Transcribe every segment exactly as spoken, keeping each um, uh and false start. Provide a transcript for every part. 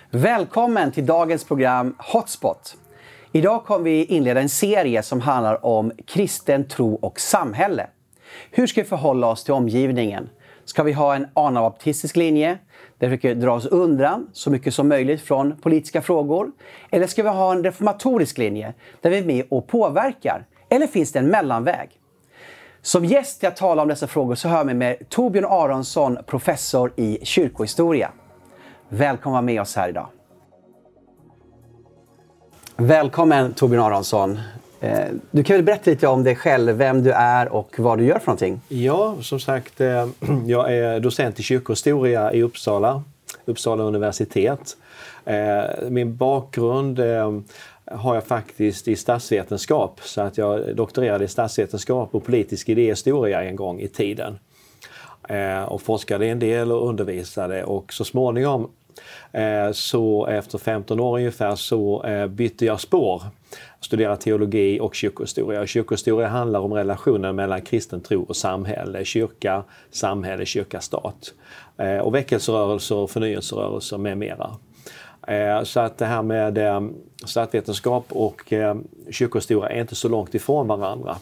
Välkommen till dagens program Hotspot. Idag kommer vi inleda en serie som handlar om kristen tro och samhälle. Hur ska vi förhålla oss till omgivningen? Ska vi ha en anabaptistisk linje där vi försöker dra oss undan så mycket som möjligt från politiska frågor? Eller ska vi ha en reformatorisk linje där vi är med och påverkar? Eller finns det en mellanväg? Som gäst till att tala om dessa frågor så hör vi med Torbjörn Aronsson, professor i kyrkohistoria. Välkommen med oss här idag. Välkommen Torbjörn Aronsson. Du kan väl berätta lite om dig själv, vem du är och vad du gör för någonting? Ja, som sagt, jag är docent i kyrkohistoria i Uppsala, Uppsala universitet. Min bakgrund har jag faktiskt i statsvetenskap, så att jag doktorerade i statsvetenskap och politisk idéhistoria en gång i tiden. Och forskade en del och undervisade, och så småningom så efter femton år ungefär så bytte jag spår. Studerade teologi och kyrkohistoria. Kyrkohistoria handlar om relationen mellan kristen tro och samhälle, kyrka, samhälle, kyrka, stat. Och väckelserörelser, förnyelserörelser med mera. Så att det här med statsvetenskap och kyrkohistoria är inte så långt ifrån varandra.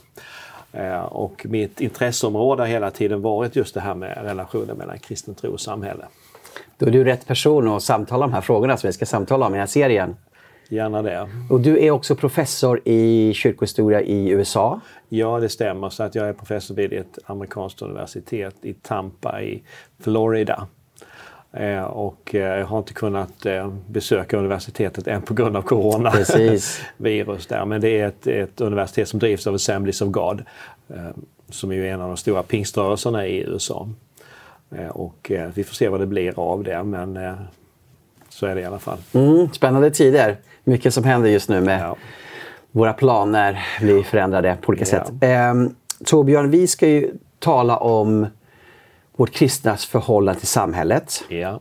Och mitt intresseområde har hela tiden varit just det här med relationen mellan kristen tro och samhälle. Då är du rätt person att samtala om de här frågorna som vi ska samtala om i den här serien. Gärna det. Och du är också professor i kyrkohistoria i U S A. Ja, det stämmer. Så att jag är professor vid ett amerikanskt universitet i Tampa i Florida. Eh, och eh, jag har inte kunnat eh, besöka universitetet än på grund av coronavirus där. Men det är ett, ett universitet som drivs av Assemblies of God, eh, som är ju en av de stora pingströrelserna i U S A. Eh, och eh, vi får se vad det blir av det, men eh, så är det i alla fall. Mm, spännande tider. Mycket som händer just nu med ja. våra planer blir förändrade på olika Ja. sätt. Eh, Torbjörn, vi ska ju tala om vårt kristnas förhållande till samhället. Ja.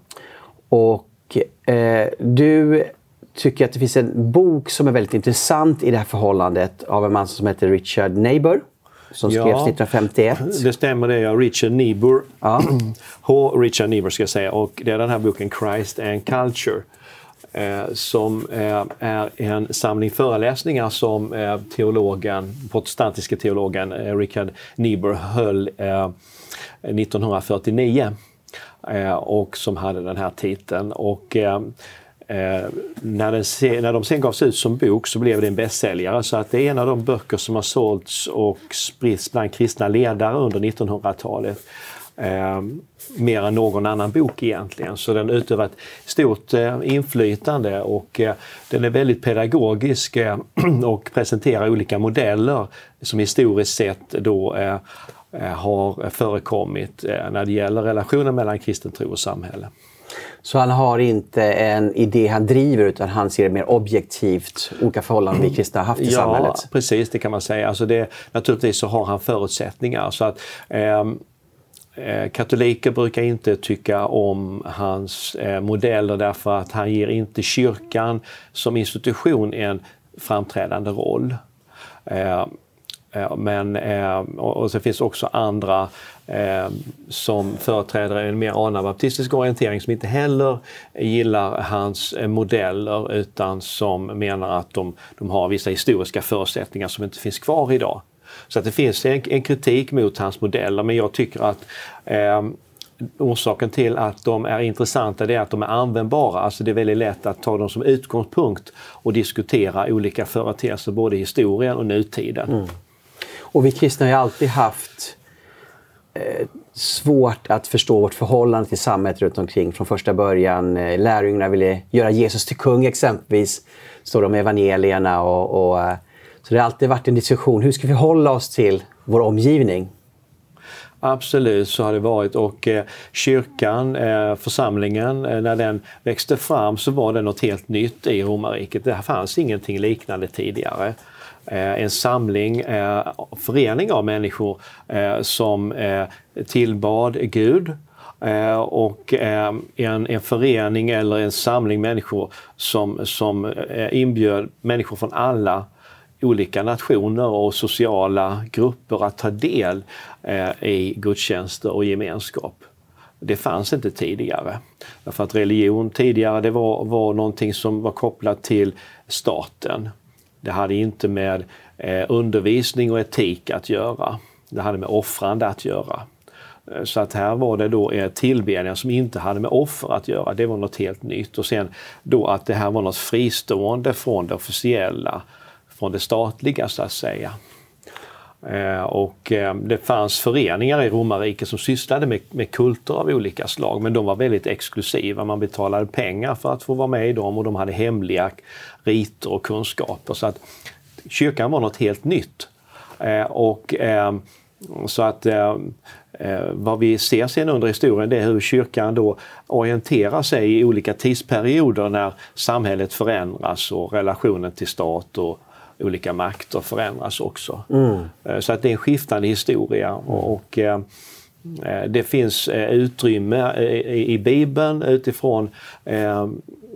Och eh, du tycker att det finns en bok som är väldigt intressant i det här förhållandet av en man som heter Richard Niebuhr. Som Ja, skrevs nittonhundrafemtioett. Det stämmer, det är jag. Richard Niebuhr. Ja. H. Richard Niebuhr ska jag säga. Och det är den här boken Christ and Culture. Eh, som eh, är en samling föreläsningar som eh, teologen, protestantiska teologen eh, Richard Niebuhr höll eh, nittonhundrafyrtionio. Eh, och som hade den här titeln. Och eh, Eh, när, den se, när de sen gavs ut som bok så blev det en bästsäljare, så att det är en av de böcker som har sålts och spritts bland kristna ledare under nittonhundratalet. Eh, mer än någon annan bok egentligen, så den utövar ett stort eh, inflytande, och eh, den är väldigt pedagogisk eh, och presenterar olika modeller som historiskt sett då eh, har förekommit eh, när det gäller relationen mellan kristen tro och samhälle. Så han har inte en idé han driver, utan han ser mer objektivt olika förhållanden vi kristna har haft i ja, samhället. Ja, precis, det kan man säga. Alltså det, naturligtvis så har han förutsättningar. Så att, eh, katoliker brukar inte tycka om hans eh, modeller, därför att han ger inte kyrkan som institution en framträdande roll. Eh, Men, eh, och så finns också andra eh, som företräder en mer anabaptistisk orientering som inte heller gillar hans eh, modeller, utan som menar att de, de har vissa historiska förutsättningar som inte finns kvar idag. Så att det finns en, en kritik mot hans modeller, men jag tycker att eh, orsaken till att de är intressanta är att de är användbara. Alltså det är väldigt lätt att ta dem som utgångspunkt och diskutera olika företeelser både i historien och nutiden. Mm. Och vi kristna har ju alltid haft eh, svårt att förstå vårt förhållande till samhället runt omkring. Från första början, eh, lärjungarna ville göra Jesus till kung exempelvis. Står de med evangelierna och, och, så det har alltid varit en diskussion. Hur ska vi hålla oss till vår omgivning? Absolut, så har det varit, och eh, kyrkan, eh, församlingen, eh, när den växte fram så var det något helt nytt i romarriket. Det fanns ingenting liknande tidigare. Eh, en samling, eh, förening av människor eh, som eh, tillbad Gud, eh, och eh, en, en förening eller en samling människor som, som eh, inbjöd människor från alla olika nationer och sociala grupper att ta del eh, i gudstjänster och gemenskap. det fanns inte tidigare. Därför att religion tidigare det var, var någonting som var kopplat till staten. Det hade inte med eh, undervisning och etik att göra. Det hade med offrande att göra. Så att här var det då eh, tillbedjan som inte hade med offer att göra. Det var något helt nytt. Och sen då att det här var något fristående från det officiella, från det statliga så att säga. Eh, och eh, det fanns föreningar i romarriket som sysslade med, med kulter av olika slag, men de var väldigt exklusiva. Man betalade pengar för att få vara med i dem och de hade hemliga riter och kunskaper. Så att kyrkan var något helt nytt. Eh, och eh, så att eh, vad vi ser sen under historien det är hur kyrkan då orienterar sig i olika tidsperioder när samhället förändras och relationen till stat och olika makter förändras också. Mm. Så att det är en skiftande historia och, och eh, det finns eh, utrymme i, i Bibeln utifrån eh,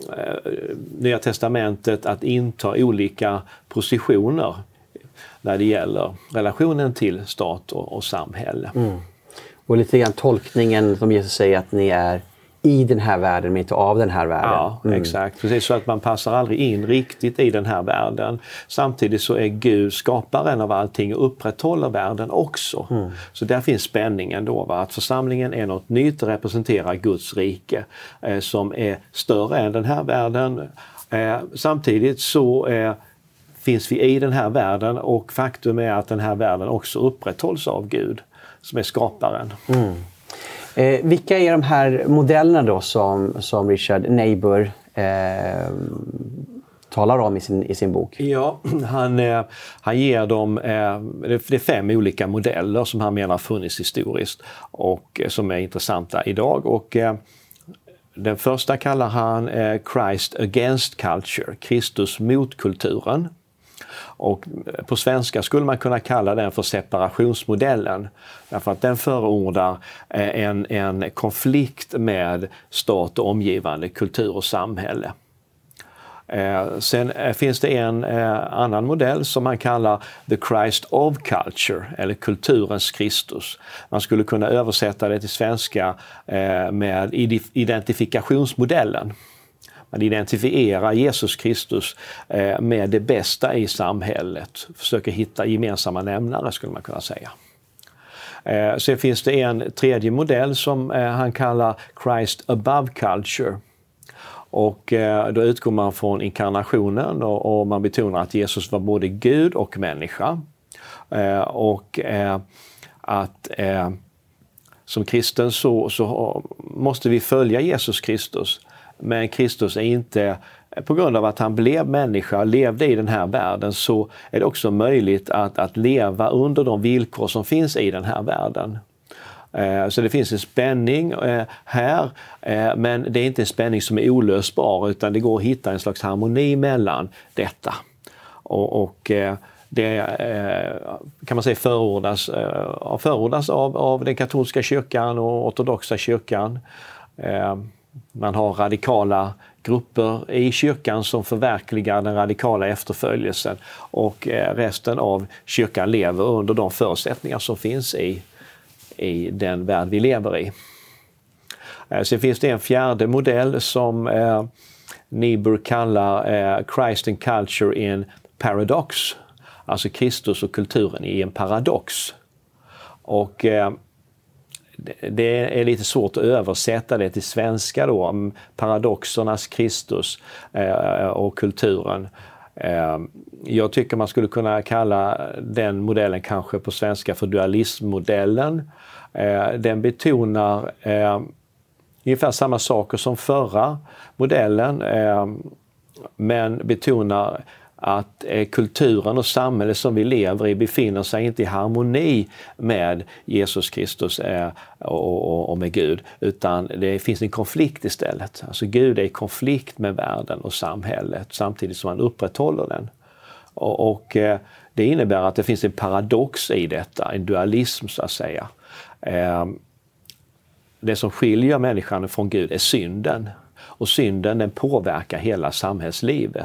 Nya testamentet att inta olika positioner när det gäller relationen till stat och, och samhälle. Mm. Och lite grann tolkningen som Jesus säger att ni är i den här världen men inte av den här världen. Ja, mm. exakt. Precis, så att man passar aldrig in riktigt i den här världen. Samtidigt så är Gud skaparen av allting och upprätthåller världen också. Mm. Så där finns spänningen då, va? Att församlingen är något nytt och representerar Guds rike eh, som är större än den här världen. Eh, samtidigt så eh, finns vi i den här världen och faktum är att den här världen också upprätthålls av Gud som är skaparen. Mm. Eh, vilka är de här modellerna då som, som Richard Niebuhr eh, talar om i sin, i sin bok? Ja, han, eh, han ger dem eh, det är fem olika modeller som han menar funnits historiskt och eh, som är intressanta idag. Och, eh, den första kallar han eh, Christ against culture, Kristus mot kulturen. Och på svenska skulle man kunna kalla den för separationsmodellen. Därför att den förordar en, en konflikt med stat och omgivande kultur och samhälle. Eh, sen eh, finns det en eh, annan modell som man kallar The Christ of Culture eller kulturens Kristus. Man skulle kunna översätta det till svenska eh, med identifikationsmodellen. Man identifierar Jesus Kristus eh, med det bästa i samhället. Försöker hitta gemensamma nämnare skulle man kunna säga. Eh, sen finns det en tredje modell som eh, han kallar Christ above culture. Och eh, då utgår man från inkarnationen och, och man betonar att Jesus var både Gud och människa. Eh, och eh, att eh, som kristen så, så måste vi följa Jesus Kristus. Men Kristus är inte, på grund av att han blev människa, levde i den här världen, så är det också möjligt att, att leva under de villkor som finns i den här världen. Eh, så det finns en spänning eh, här, eh, men det är inte en spänning som är olösbar utan det går att hitta en slags harmoni mellan detta. Och, och eh, det eh, kan man säga förordas, eh, förordas av, av den katolska kyrkan och ortodoxa kyrkan. Eh, Man har radikala grupper i kyrkan som förverkligar den radikala efterföljelsen och resten av kyrkan lever under de förutsättningar som finns i, i den värld vi lever i. Sen finns det en fjärde modell som eh, Niebuhr kallar eh, Christ and Culture in Paradox. Alltså Kristus och kulturen i en paradox. Och eh, det är lite svårt att översätta det till svenska då, om paradoxernas Kristus eh, och kulturen. Eh, jag tycker man skulle kunna kalla den modellen kanske på svenska för dualismmodellen. Eh, den betonar eh, ungefär samma saker som förra modellen, eh, men betonar att eh, kulturen och samhället som vi lever i befinner sig inte i harmoni med Jesus Kristus eh, och, och, och med Gud, utan det finns en konflikt istället. Alltså Gud är i konflikt med världen och samhället samtidigt som han upprätthåller den. Och, och eh, det innebär att det finns en paradox i detta, en dualism så att säga. Eh, det som skiljer människan från Gud är synden. Och synden den påverkar hela samhällslivet.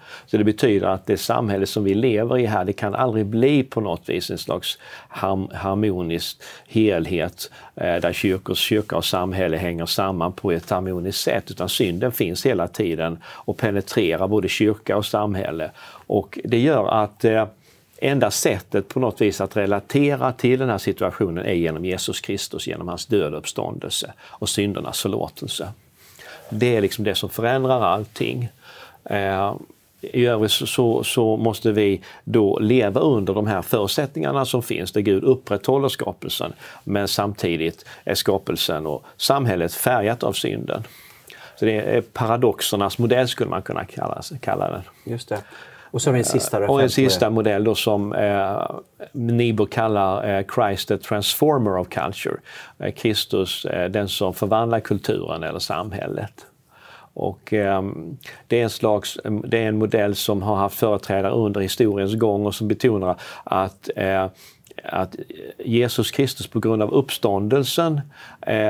Så det betyder att det samhälle som vi lever i här, det kan aldrig bli på något vis en slags harmonisk helhet eh, där kyrkors kyrka och samhälle hänger samman på ett harmoniskt sätt, utan synden finns hela tiden och penetrerar både kyrka och samhälle. Och det gör att eh, enda sättet på något vis att relatera till den här situationen är genom Jesus Kristus, genom hans död och uppståndelse och syndernas förlåtelse. Det är liksom det som förändrar allting. Eh, I övrigt så, så, så måste vi då leva under de här förutsättningarna som finns där Gud upprätthåller skapelsen, men samtidigt är skapelsen och samhället färgat av synden. Så det är paradoxernas modell skulle man kunna kalla, kalla den. Just det. Och så har vi en sista, och en sista modell då som eh, Niebuhr kallar eh, Christ the transformer of culture. Eh, Kristus, eh, den som förvandlar kulturen eller samhället. Och eh, det är en slags, det är en modell som har haft företrädare under historiens gång och som betonar att eh, att Jesus Kristus på grund av uppståndelsen eh,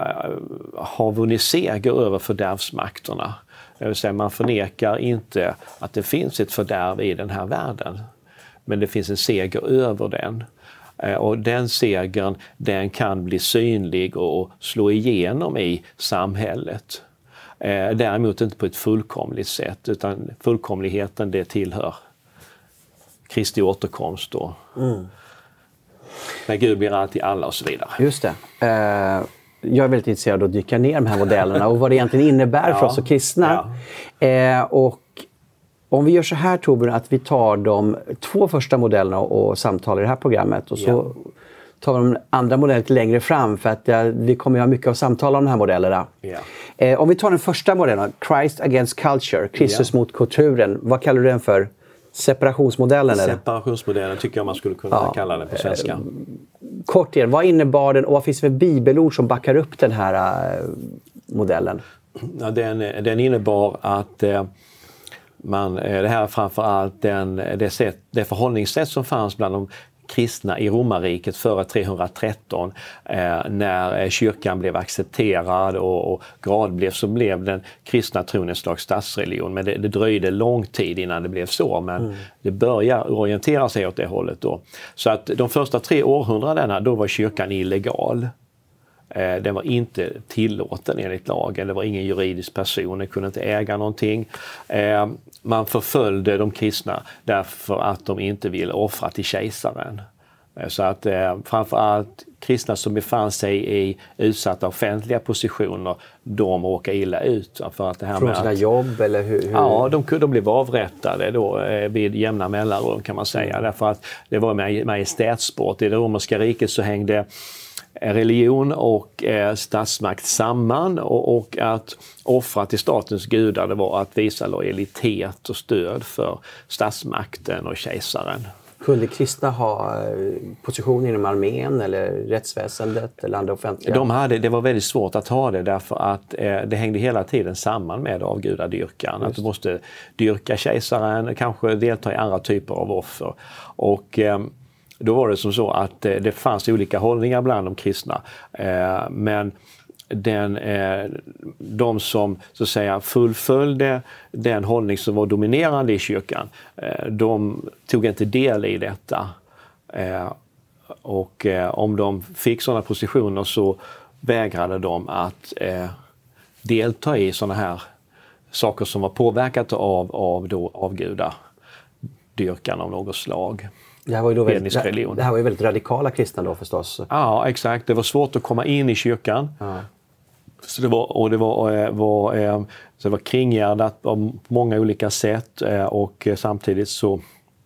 har vunnit seger över fördärvsmakterna. Det vill säga, man förnekar inte att det finns ett fördärv i den här världen, men det finns en seger över den. Och den segern, den kan bli synlig och slå igenom i samhället. Däremot inte på ett fullkomligt sätt, utan fullkomligheten, det tillhör Kristi återkomst då. Mm. När Gud blir allt i alla och så vidare. Just det. Uh... Jag är väldigt intresserad av att dyka ner de här modellerna och vad det egentligen innebär för ja, oss och kristna. Ja. Eh, och om vi gör så här, Torbjörn, att vi tar de två första modellerna och, och samtalar i det här programmet och så ja. tar vi de andra modellerna lite längre fram, för att ja, vi kommer att ha mycket att samtala om de här modellerna. Ja. Eh, om vi tar den första modellen, Christ against culture, Kristus ja. mot kulturen, vad kallar du den för? Separationsmodellen? Separationsmodellen eller? Tycker jag man skulle kunna ja. kalla den på svenska. Eh, kort igen, vad innebar den och vad finns det för bibelord som backar upp den här uh, modellen? Ja, den, den innebar att eh, man, eh, det här är framförallt den, det, sätt, det förhållningssätt som fanns bland de kristna i romarriket före trehundratretton, eh, när kyrkan blev accepterad och, och gradvis så blev den kristna tron en slags statsreligion. Men det, det dröjde lång tid innan det blev så, men mm. det börjar orientera sig åt det hållet då. Så att de första tre århundradena, då var kyrkan illegal. Eh, den var inte tillåten enligt lagen, det var ingen juridisk person, den kunde inte äga någonting. Eh, man förföljde de kristna därför att de inte ville offra till kejsaren. Eh, så att eh, framförallt kristna som befann sig i utsatta offentliga positioner, de råkade illa ut. För att det här Från sina att, jobb eller hur? hur? Ja, de, de blev avrättade då, eh, vid jämna mellanrum kan man säga. Mm. Därför att det var majestätsbrott. I det romerska riket så hängde religion och eh, statsmakt samman, och, och att offra till statens gudar, det var att visa lojalitet och stöd för statsmakten och kejsaren. Kunde kristna ha position inom armén eller rättsväsendet eller andra offentliga? De hade, det var väldigt svårt att ha det därför att eh, det hängde hela tiden samman med avgudadyrkan. Just. Att du måste dyrka kejsaren, kanske delta i andra typer av offer. Och eh, då var det som så att eh, det fanns olika hållningar bland de kristna. Eh, men den, eh, de som så att säga fullföljde den hållning som var dominerande i kyrkan, eh, de tog inte del i detta. Eh, och eh, om de fick sådana positioner så vägrade de att eh, delta i sådana här saker som var påverkat av, av då, avgudadyrkan av något slag. Det här var ju då väldigt, det här var ju väldigt radikala kristna då förstås. Ja, exakt. Det var svårt att komma in i kyrkan. Ja. Så det var, och det var, var, så det var kringgärdat på många olika sätt, och samtidigt så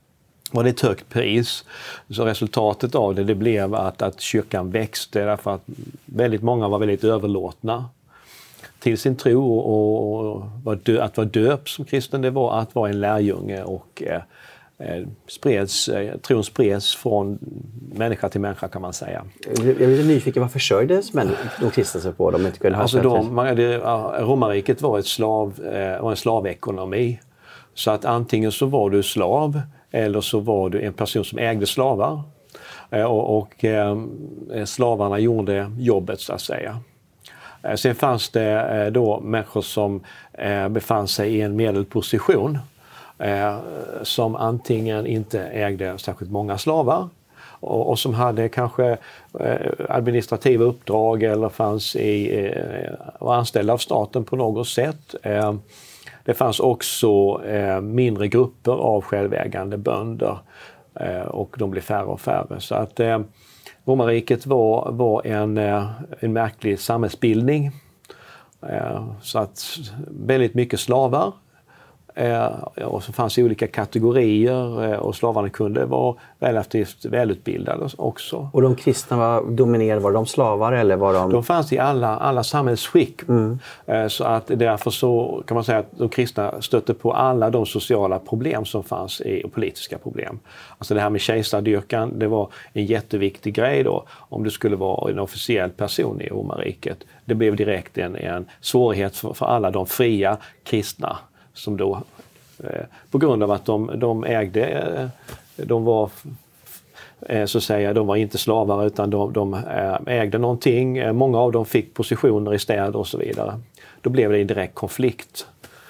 var det ett högt pris. Så resultatet av det, det blev att, att kyrkan växte därför att väldigt många var väldigt överlåtna till sin tro, och, och att vara döpt som kristen, det var att vara en lärjunge, och eh, spreds, tron spreds från människa till människa kan man säga. Jag är lite nyfiken, vad försörjdes men de kristna sig på? De inte kunde ha alltså de, det, Romarriket var, ett slav, var en slavekonomi. Så att antingen så var du slav eller så var du en person som ägde slavar. Och, och eh, slavarna gjorde jobbet så att säga. Sen fanns det då människor som befann sig i en medelposition. eh, som antingen inte ägde särskilt många slavar och, och som hade kanske eh, administrativa uppdrag eller fanns i, eh, var anställda av staten på något sätt. Eh, det fanns också eh, mindre grupper av självägande bönder eh, och de blev färre och färre. Så att eh, romarriket var, var en, eh, en märklig samhällsbildning. Eh, så att väldigt mycket slavar. Eh, och så fanns det olika kategorier eh, och slavarna kunde vara relativt välutbildade också. Och de kristna var dominerade, var de slavar eller var de? De fanns i alla, alla samhällsskick. Mm. Eh, så att därför så kan man säga att de kristna stötte på alla de sociala problem som fanns i, och politiska problem. Alltså det här med kejsardyrkan, det var en jätteviktig grej då om du skulle vara en officiell person i romarriket. Det blev direkt en, en svårighet för, för alla de fria kristna som då, eh, på grund av att de, de ägde, eh, de var eh, så att säga, de var inte slavar utan de, de eh, ägde någonting. Eh, många av dem fick positioner i städer och så vidare. Då blev det en direkt konflikt.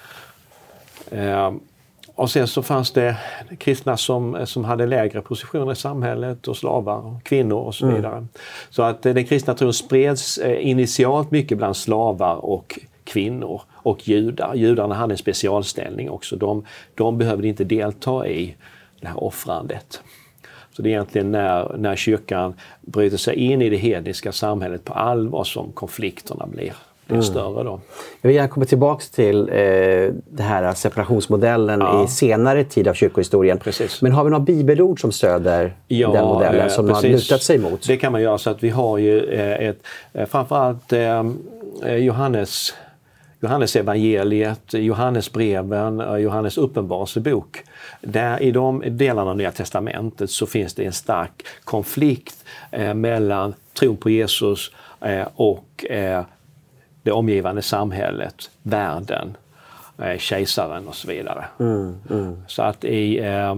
Eh, och sen så fanns det kristna som, som hade lägre positioner i samhället och slavar, och kvinnor och så vidare. Mm. Så att eh, den kristna tron spreds eh, initialt mycket bland slavar och kvinnor. Och judar. Judarna hade en specialställning också. De, de behövde inte delta i det här offrandet. Så det är egentligen när, när kyrkan bryter sig in i det hedniska samhället på allvar som konflikterna blir, blir mm. större då. Jag vill gärna komma tillbaka till eh, det här separationsmodellen ja. i senare tid av kyrkohistorien. Precis. Men har vi några bibelord som stöder ja, den modellen som eh, man har lutat sig mot? Det kan man göra, så att vi har ju eh, ett, eh, framförallt eh, Johannes Johannes evangeliet, Johannes breven, Johannes uppenbarelsebok. Där i de delarna av Nya testamentet så finns det en stark konflikt eh, mellan tron på Jesus eh, och eh, det omgivande samhället, världen, eh, kejsaren och så vidare. Mm, mm. Så att i eh,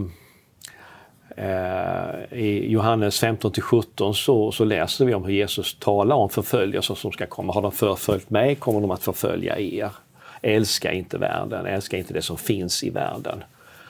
I Johannes femton till sjutton så, så läser vi om hur Jesus talar om förföljelser som ska komma. Har de förföljt mig kommer de att förfölja er. Älska inte världen, älska inte det som finns i världen.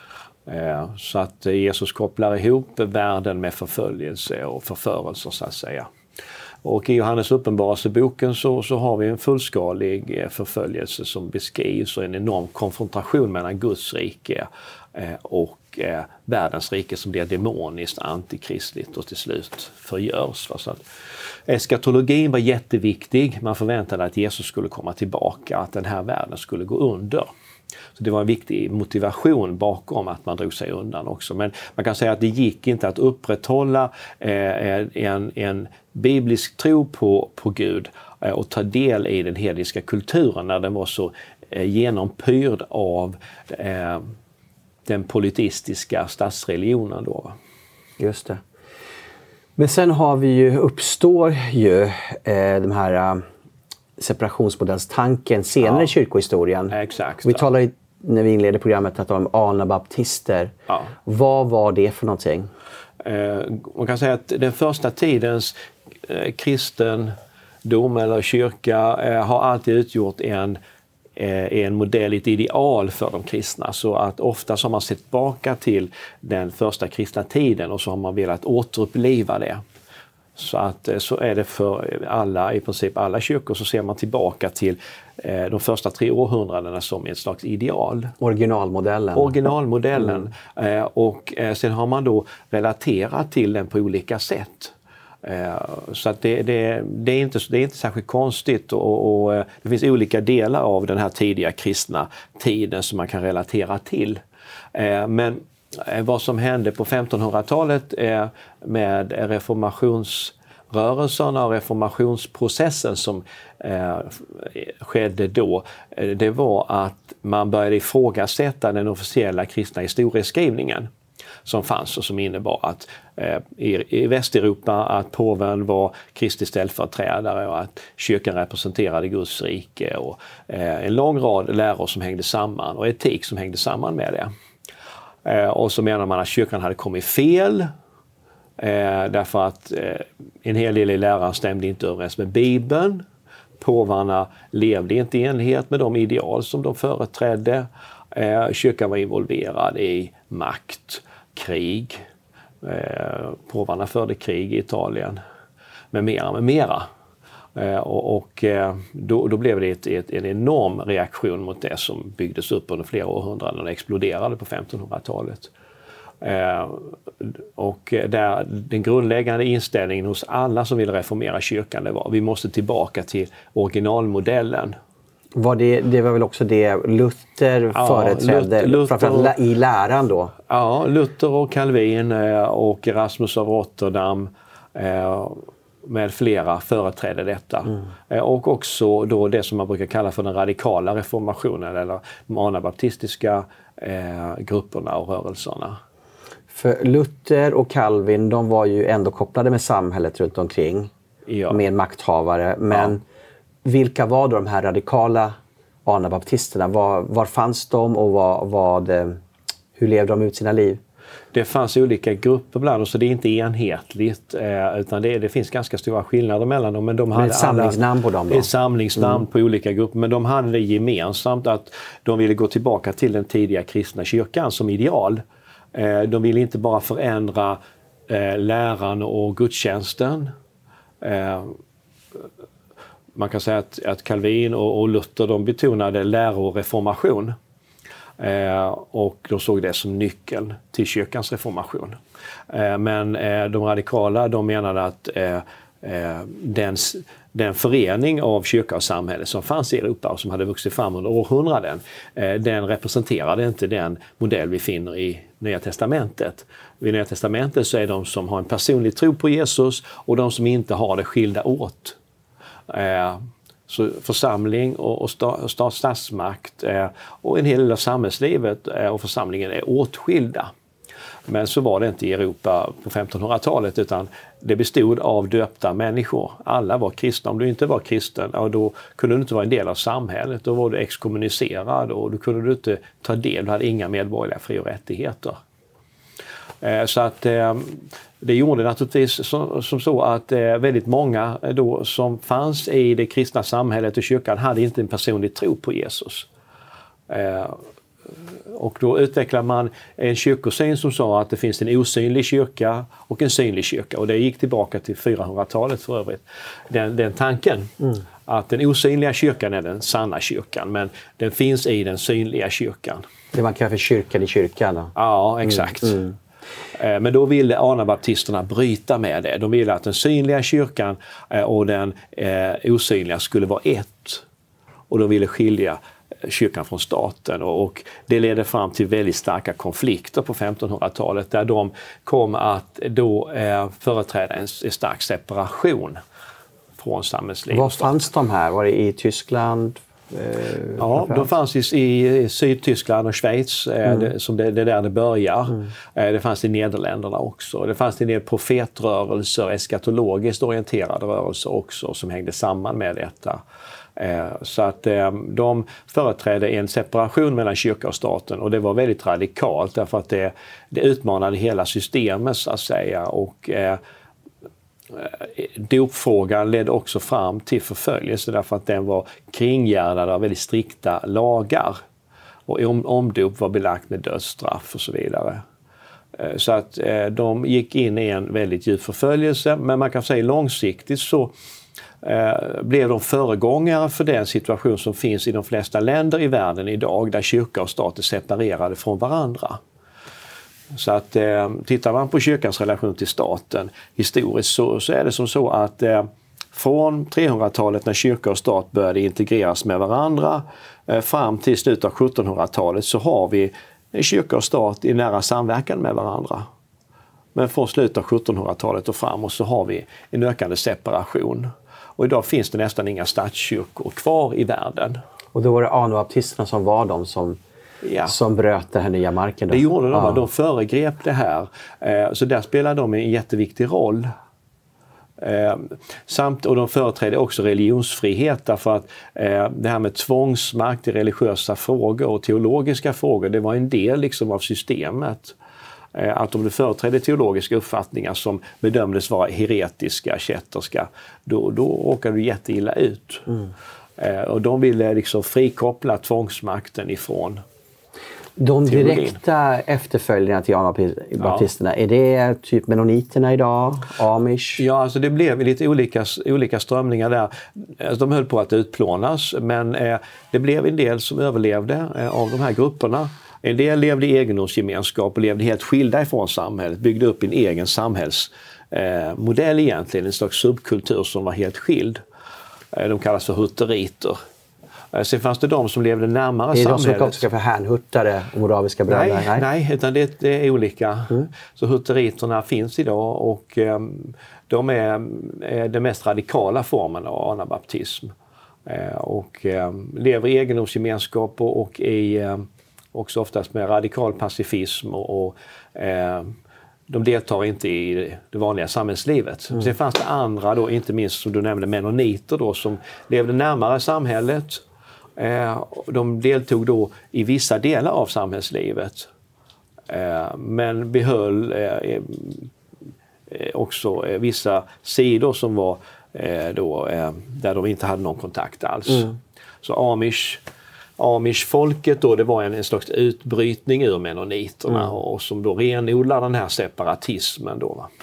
Så att Jesus kopplar ihop världen med förföljelse och förförelse så att säga. Och i Johannes uppenbarelseboken så, så har vi en fullskalig förföljelse som beskrivs och en enorm konfrontation mellan Guds rike och eh, världens rike som blir demoniskt, antikristligt och till slut förgörs. Så att eskatologin var jätteviktig. Man förväntade att Jesus skulle komma tillbaka, att den här världen skulle gå under. Så det var en viktig motivation bakom att man drog sig undan också. Men man kan säga att det gick inte att upprätthålla eh, en, en biblisk tro på, på Gud eh, och ta del i den hedniska kulturen när den var så eh, genompyrd av eh, den politistiska statsreligionen då. Just det. Men sen har vi ju, uppstår ju eh, de här uh, separationsmodellstanken senare ja. i kyrkohistorien. Exakt. Vi ja. talar när vi inledde programmet att om anabaptister. Ja. Vad var det för någonting? Eh, man kan säga att den första tidens eh, kristendom eller kyrka eh, har alltid utgjort en är en modell, ett ideal för de kristna. Så att ofta har man sett tillbaka till den första kristna tiden och så har man velat återuppliva det. Så att så är det för alla, i princip alla kyrkor, så ser man tillbaka till eh, de första tre århundradena som ett slags ideal. Originalmodellen. Originalmodellen. Mm. Eh, och eh, sen har man då relaterat till den på olika sätt. Så att det, det, det, är inte, det är inte särskilt konstigt och, och det finns olika delar av den här tidiga kristna tiden som man kan relatera till. Men vad som hände på femtonhundratalet med reformationsrörelserna och reformationsprocessen som skedde då, det var att man började ifrågasätta den officiella kristna historieskrivningen som fanns och som innebar att eh, i, i Västeuropa att påven var Kristi ställföreträdare och att kyrkan representerade Guds rike och eh, en lång rad läror som hängde samman och etik som hängde samman med det. Eh, och så menar man att kyrkan hade kommit fel eh, därför att eh, en hel del i läran stämde inte överens med Bibeln. Påvarna levde inte i enlighet med de ideal som de företrädde. Eh, kyrkan var involverad i makt, krig. Eh, påvarna förde krig i Italien med mera, med mera. Eh, och och eh, då, då blev det ett, ett, en enorm reaktion mot det som byggdes upp under flera århundraden och exploderade på femtonhundratalet. Eh, och där, den grundläggande inställningen hos alla som ville reformera kyrkan, det var vi måste tillbaka till originalmodellen. Var det, det var väl också det Luther ja, företrädde, Luther, framförallt i läran då? Ja, Luther och Calvin och Erasmus av Rotterdam med flera företrädde detta. Mm. Och också då det som man brukar kalla för den radikala reformationen eller de anabaptistiska eh, grupperna och rörelserna. För Luther och Calvin, de var ju ändå kopplade med samhället runt omkring, ja. Med makthavare, men ja. Vilka var då de här radikala anabaptisterna? Var, var fanns de och var, var det, hur levde de ut sina liv? Det fanns olika grupper bland oss, så det är inte enhetligt, eh, utan det, det finns ganska stora skillnader mellan dem. Men de hade ett samlingsnamn på dem då? Ett samlingsnamn mm. på olika grupper, men de hade det gemensamt att de ville gå tillbaka till den tidiga kristna kyrkan som ideal. Eh, de ville inte bara förändra eh, läran och gudstjänsten. Eh, man kan säga att, att Calvin och, och Luther de betonade läroreformation. Eh, och de såg det som nyckeln till kyrkans reformation. Eh, men eh, de radikala de menade att eh, eh, den, den förening av kyrka och samhälle som fanns i Europa och som hade vuxit fram under århundraden, eh, den representerade inte den modell vi finner i Nya testamentet. I Nya testamentet så är de som har en personlig tro på Jesus och de som inte har det skilda åt. Eh, Så församling och, och sta, statsmakt eh, och en hel del av samhällslivet eh, och församlingen är åtskilda. Men så var det inte i Europa på femtonhundratalet, utan det bestod av döpta människor. Alla var kristna. Om du inte var kristen, ja, då kunde du inte vara en del av samhället. Då var du exkommunicerad och då kunde du inte ta del. Du hade inga medborgerliga fri- och rättigheter. Eh, så att eh, det gjorde naturligtvis som, som så att eh, väldigt många då som fanns i det kristna samhället och kyrkan hade inte en personlig tro på Jesus. Eh, och då utvecklar man en kyrkosyn som sa att det finns en osynlig kyrka och en synlig kyrka. Och det gick tillbaka till fyrahundratalet för övrigt. Den, den tanken mm. att den osynliga kyrkan är den sanna kyrkan, men den finns i den synliga kyrkan. Det man kallar för kyrkan i kyrkan då? Ja, exakt. Mm. Mm. Men då ville anabaptisterna bryta med det. De ville att den synliga kyrkan och den eh, osynliga skulle vara ett. Och de ville skilja kyrkan från staten. Och det ledde fram till väldigt starka konflikter på femtonhundratalet där de kom att då eh, företräda en, en stark separation från samhällslivet. Var fanns de här? Var det i Tyskland? Ja, de fanns i, i Sydtyskland och Schweiz, mm. det, som det, det är där det börjar. Mm. Det fanns i Nederländerna också. Det fanns en del profetrörelser, eskatologiskt orienterade rörelser också som hängde samman med detta. Så att de företrädde en separation mellan kyrka och staten, och det var väldigt radikalt därför att det, det utmanade hela systemet så att säga. Och dopfrågan ledde också fram till förföljelse därför att den var kringgärdad av väldigt strikta lagar. Och om, omdop var belagt med dödsstraff och så vidare. Så att eh, de gick in i en väldigt djup förföljelse, men man kan säga långsiktigt så eh, blev de föregångare för den situation som finns i de flesta länder i världen idag där kyrka och stat är separerade från varandra. Så att eh, tittar man på kyrkans relation till staten historiskt så, så är det som så att eh, från trehundratalet när kyrka och stat började integreras med varandra eh, fram till slutet av sjuttonhundratalet så har vi en kyrka och stat i nära samverkan med varandra. Men från slutet av sjuttonhundratalet och framåt så har vi en ökande separation. Och idag finns det nästan inga statskyrkor kvar i världen. Och då var det anabaptisterna som var de som Ja. som bröt den här nya marken då. Det gjorde de, ja. de föregrep det här. Eh, så där spelar de en jätteviktig roll. Eh, samt, och de företrädde också religionsfrihet därför att eh, det här med tvångsmakt i religiösa frågor och teologiska frågor, det var en del liksom av systemet. Eh, att om du företrädde teologiska uppfattningar som bedömdes vara heretiska, kätterska, då, då åkade du jätteilla ut. Mm. Eh, och de ville liksom frikoppla tvångsmakten ifrån De direkta efterföljarna till anabaptisterna, ja. Är det typ mennoniterna idag? Amish? Ja, alltså det blev lite olika, olika strömningar där. Alltså de höll på att utplånas, men eh, det blev en del som överlevde eh, av de här grupperna. En del levde i egendomsgemenskap och levde helt skilda ifrån samhället, byggde upp en egen samhällsmodell eh, egentligen, en slags subkultur som var helt skild. Eh, de kallas för hutteriter. Sen fanns det de som levde närmare samhället. samhället. Är det de som ska för hänhuttare och moraviska bröder? Nej, nej. nej utan det, det är olika. Mm. Så hutteriterna finns idag och um, de är, är den mest radikala formen av anabaptism. Uh, och um, lever i egendomsgemenskap och, och i, um, också oftast med radikal pacifism och, och uh, de deltar inte i det vanliga samhällslivet. Mm. Sen fanns det andra då, inte minst som du nämnde, mennoniter då, som levde närmare samhället. De deltog då i vissa delar av samhällslivet, men behöll också vissa sidor som var då, där de inte hade någon kontakt alls. Mm. Så Amish, Amish-folket då, det var en, en slags utbrytning ur mennoniterna mm. och, och som då renodlar den här separatismen då, va?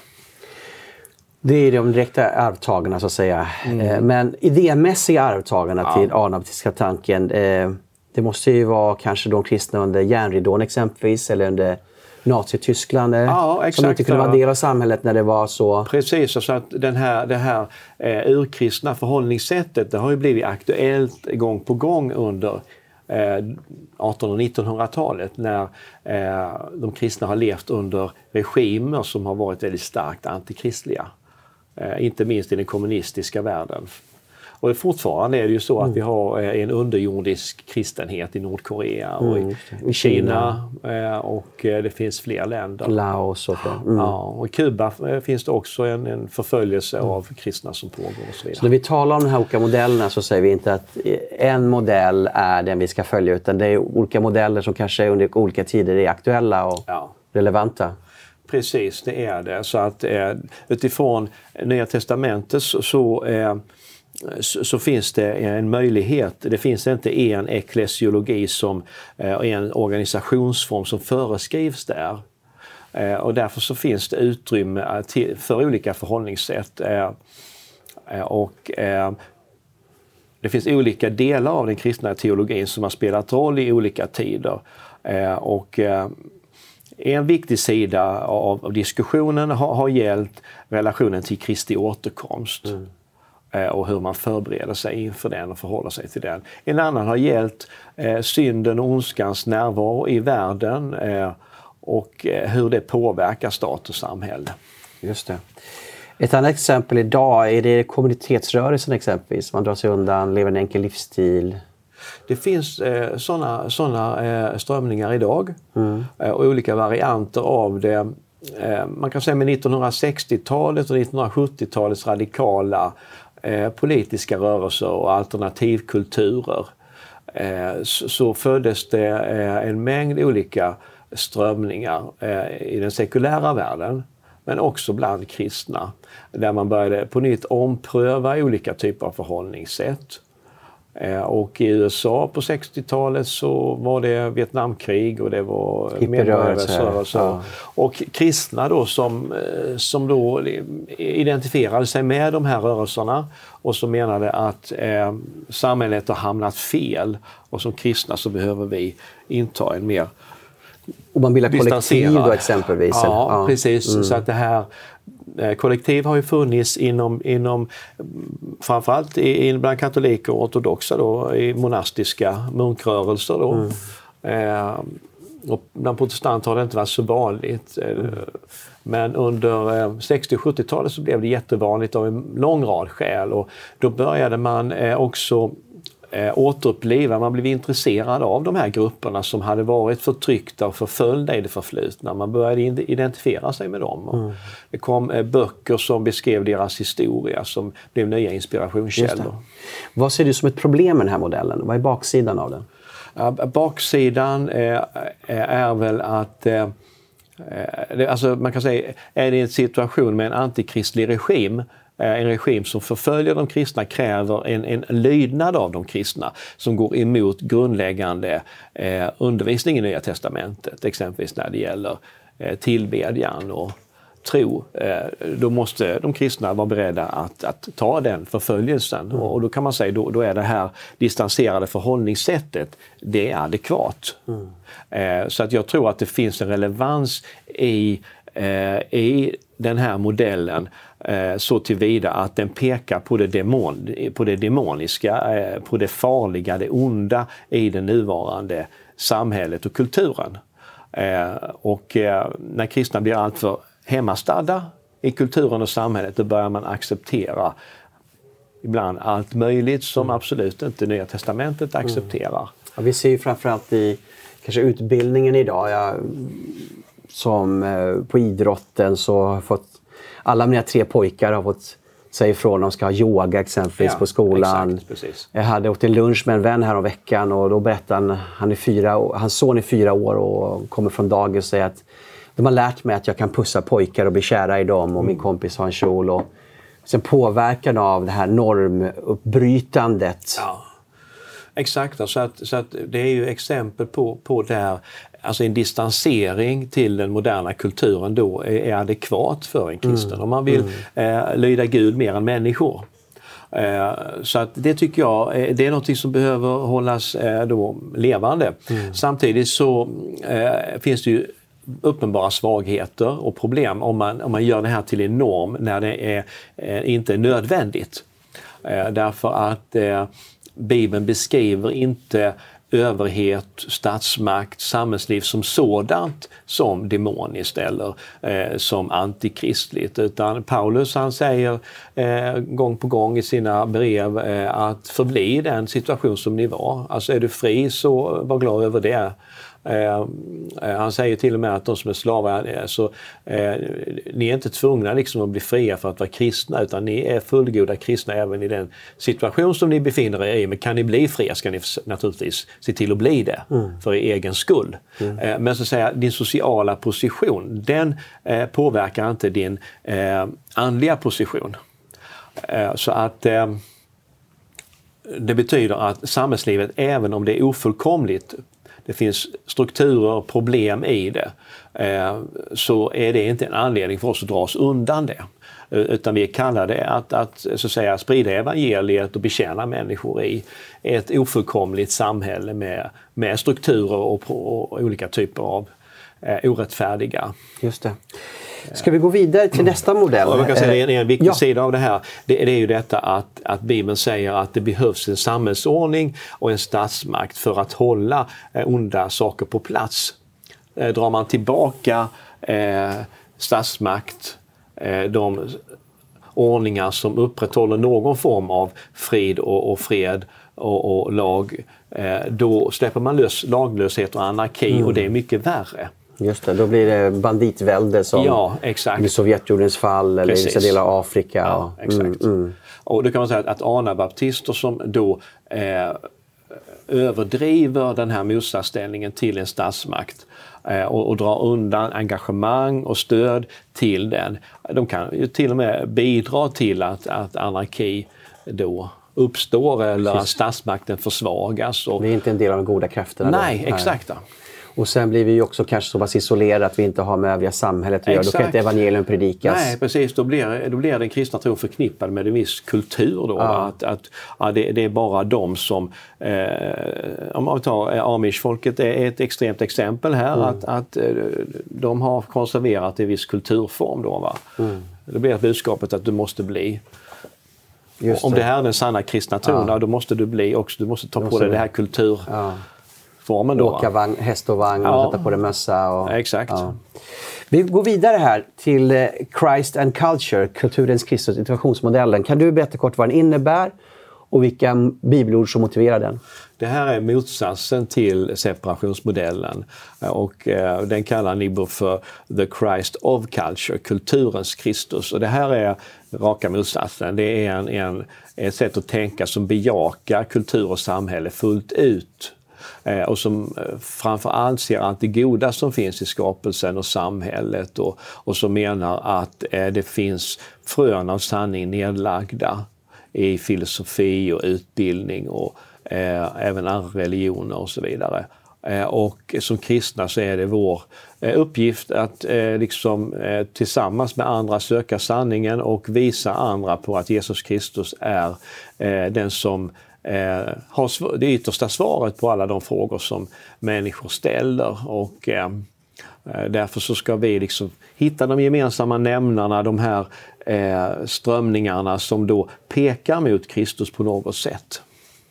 Det är de direkta arvtagarna så att säga. Mm. Men idémässiga arvtagarna ja. till anabaptistiska tanken, det måste ju vara kanske de kristna under järnridån exempelvis, eller under Nazityskland, ja, exakt, som inte kunde vara del av samhället när det var så. Precis, så att den här, det här eh, urkristna förhållningssättet, det har ju blivit aktuellt gång på gång under eh, artonhundra- och nittonhundratalet när eh, de kristna har levt under regimer som har varit väldigt starkt antikristliga. Eh, inte minst i den kommunistiska världen. Och fortfarande är det ju så att mm. vi har eh, en underjordisk kristenhet i Nordkorea och mm. i Kina, Kina eh, och eh, det finns fler länder. Laos och mm. ja, och i Kuba eh, finns det också en, en förföljelse mm. av kristna som pågår och så vidare. Så när vi talar om de här olika modellerna så säger vi inte att en modell är den vi ska följa, utan det är olika modeller som kanske under olika tider är aktuella och ja. relevanta. Precis, det är det. Så att eh, utifrån Nya testamentet så, så, eh, så, så finns det en möjlighet. Det finns inte en eklesiologi som eh, en organisationsform som föreskrivs där. Eh, och därför så finns det utrymme till, för olika förhållningssätt. Eh, och eh, det finns olika delar av den kristna teologin som har spelat roll i olika tider. Eh, och eh, En viktig sida av, av diskussionen har, har gällt relationen till Kristi återkomst mm. eh, och hur man förbereder sig inför den och förhåller sig till den. En annan har gällt eh, synden och ondskans närvaro i världen eh, och eh, hur det påverkar stat och samhälle. Just det. Ett annat exempel idag är det kommunitetsrörelsen exempelvis. Man drar sig undan, lever en enkel livsstil. Det finns eh, sådana såna, eh, strömningar idag mm. eh, och olika varianter av det. Eh, man kan säga med nittonhundrasextiotalet och nittonhundrasjuttiotalets radikala eh, politiska rörelser och alternativkulturer eh, så, så föddes det eh, en mängd olika strömningar eh, i den sekulära världen, men också bland kristna, där man började på nytt ompröva olika typer av förhållningssätt. Och i U S A på sextiotalet så var det Vietnamkrig och det var medborgarrörelser. Ja. Och kristna då som, som då identifierade sig med de här rörelserna och som menade att eh, samhället har hamnat fel, och som kristna så behöver vi inta en mer och man bildar kollektiv då exempelvis. Ja, ja. precis. Mm. Så att det här kollektiv har ju funnits inom, inom framförallt i, bland katoliker och ortodoxa då, i monastiska munkrörelser då. Mm. Eh, och bland protestanter har det inte varit så vanligt. Mm. Men under eh, sextio- och sjuttiotalet så blev det jättevanligt av en lång rad skäl, och då började man eh, också Eh, återuppliva, man blev intresserad av de här grupperna som hade varit förtryckta och förföljda i det förflutna. Man började identifiera sig med dem. Mm. Det kom eh, böcker som beskrev deras historia som blev nya inspirationskällor. Vad ser du som ett problem med den här modellen? Vad är baksidan av den? Ja, baksidan eh, är väl att eh, det, alltså man kan säga, är det en situation med en antikristlig regim En regim som förföljer de kristna kräver en, en lydnad av de kristna som går emot grundläggande eh, undervisning i Nya testamentet, exempelvis när det gäller eh, tillbedjan och tro. Eh, då måste de kristna vara beredda att, att ta den förföljelsen. Mm. Och, och då kan man säga då, då är det här distanserade förhållningssättet, det är adekvat. Mm. Eh, så att jag tror att det finns en relevans i, eh, i den här modellen eh, så tillvida att den pekar på det, demon, på det demoniska, eh, på det farliga, det onda i det nuvarande samhället och kulturen. Eh, och eh, när kristna blir alltför hemmastadda i kulturen och samhället, då börjar man acceptera ibland allt möjligt som mm. absolut inte Nya testamentet accepterar. Mm. Ja, vi ser ju framförallt i kanske utbildningen idag, jag, som eh, på idrotten så har fått, alla mina tre pojkar har fått säga ifrån, de ska ha yoga exempelvis ja, på skolan. Exakt, precis. Jag hade åkt en lunch med en vän här om veckan och då berättade han, han är fyra, hans son är fyra år och kommer från dagis och säger att de har lärt mig att jag kan pussa pojkar och bli kära i dem och min kompis har en kjol. Och sen påverkan av det här normuppbrytandet. Ja, exakt. Så att, så att det är ju exempel på, på där alltså en distansering till den moderna kulturen då är, är adekvat för en kristen. Mm. Om man vill mm. eh, lyda Gud mer än människor. Eh, så att det tycker jag eh, det är något som behöver hållas eh, då levande. Mm. Samtidigt så eh, finns det ju uppenbara svagheter och problem om man, om man gör det här till en norm när det är, eh, inte är nödvändigt. Eh, därför att eh, Bibeln beskriver inte överhet, statsmakt, samhällsliv som sådant som demoniskt eller eh, som antikristligt. Utan Paulus han säger eh, gång på gång i sina brev eh, att förbli den situation som ni var. Alltså är du fri så var glad över det. Eh, han säger till och med att de som är slavar, så, eh, ni är inte tvungna liksom att bli fria för att vara kristna, utan ni är fullgoda kristna även i den situation som ni befinner er i. Men kan ni bli fria ska ni naturligtvis se till att bli det mm. för er egen skull. Mm. Eh, men så att säga, din sociala position, den eh, påverkar inte din eh, andliga position. Eh, så att eh, det betyder att samhällslivet, även om det är ofullkomligt, det finns strukturer och problem i det, eh, så är det inte en anledning för oss att dra oss undan det. Utan vi kallar det att, att, så att säga, sprida evangeliet och betjäna människor i ett ofullkomligt samhälle med, med strukturer och, och olika typer av eh, orättfärdiga. Just det. Ska vi gå vidare till nästa modell? Jag kan säga, en, en viktig ja. sida av det här, det, det är ju detta att, att Bibeln säger att det behövs en samhällsordning och en statsmakt för att hålla eh, onda saker på plats. Eh, drar man tillbaka eh, statsmakt, eh, de ordningar som upprätthåller någon form av frid och, och fred och, och lag, eh, då släpper man lös laglöshet och anarki mm. och det är mycket värre. Just det, då blir det banditvälde som ja, exakt. i Sovjetjordens fall eller i vissa delar av Afrika. Ja, exakt. Mm, mm. Och då kan man säga att, att anabaptister som då eh, överdriver den här motsatsställningen till en statsmakt eh, och, och drar undan engagemang och stöd till den. De kan ju till och med bidra till att, att anarki då uppstår eller Precis. Att statsmakten försvagas. Och, det är inte en del av de goda krafterna. Nej, då. exakt. Nej. Och sen blir vi ju också kanske så pass isolerade att vi inte har med övriga samhället att göra. Då kan inte evangelium predikas. Nej, precis. Då blir, då blir den kristna tron förknippad med en viss kultur. Då, ja. Att, att ja, det, det är bara de som... Eh, om man tar Amish-folket är ett extremt exempel här. Mm. Att, att de har konserverat en viss kulturform. Då, va? Mm. Det blir budskapet att du måste bli... Just om det. det här är den sanna kristna tron, ja. Då måste du bli också. Du måste ta på dig det här kultur... Ja. Då, åka vagn, häst och vagn och ja. Sätta på det mössa. Och, Exakt. Ja. Vi går vidare här till Christ and Culture, kulturens Kristus, innovationsmodellen. Kan du berätta kort vad den innebär och vilka bibelord som motiverar den? Det här är motsatsen till separationsmodellen och eh, den kallar Niebuhr för the Christ of Culture, kulturens Kristus. Och det här är raka motsatsen. Det är en, en, ett sätt att tänka som bejakar kultur och samhälle fullt ut. eh, och som eh, framförallt ser allt det goda som finns i skapelsen och samhället och, och som menar att eh, det finns frön av sanning nedlagda i filosofi och utbildning och eh, även andra religioner och så vidare. Eh, och som kristna så är det vår eh, uppgift att eh, liksom, eh, tillsammans med andra söka sanningen och visa andra på att Jesus Kristus är eh, den som eh, har sv- det yttersta svaret på alla de frågor som människor ställer. Och eh, därför så ska vi liksom hitta de gemensamma nämnarna, de här eh, strömningarna som då pekar mot Kristus på något sätt.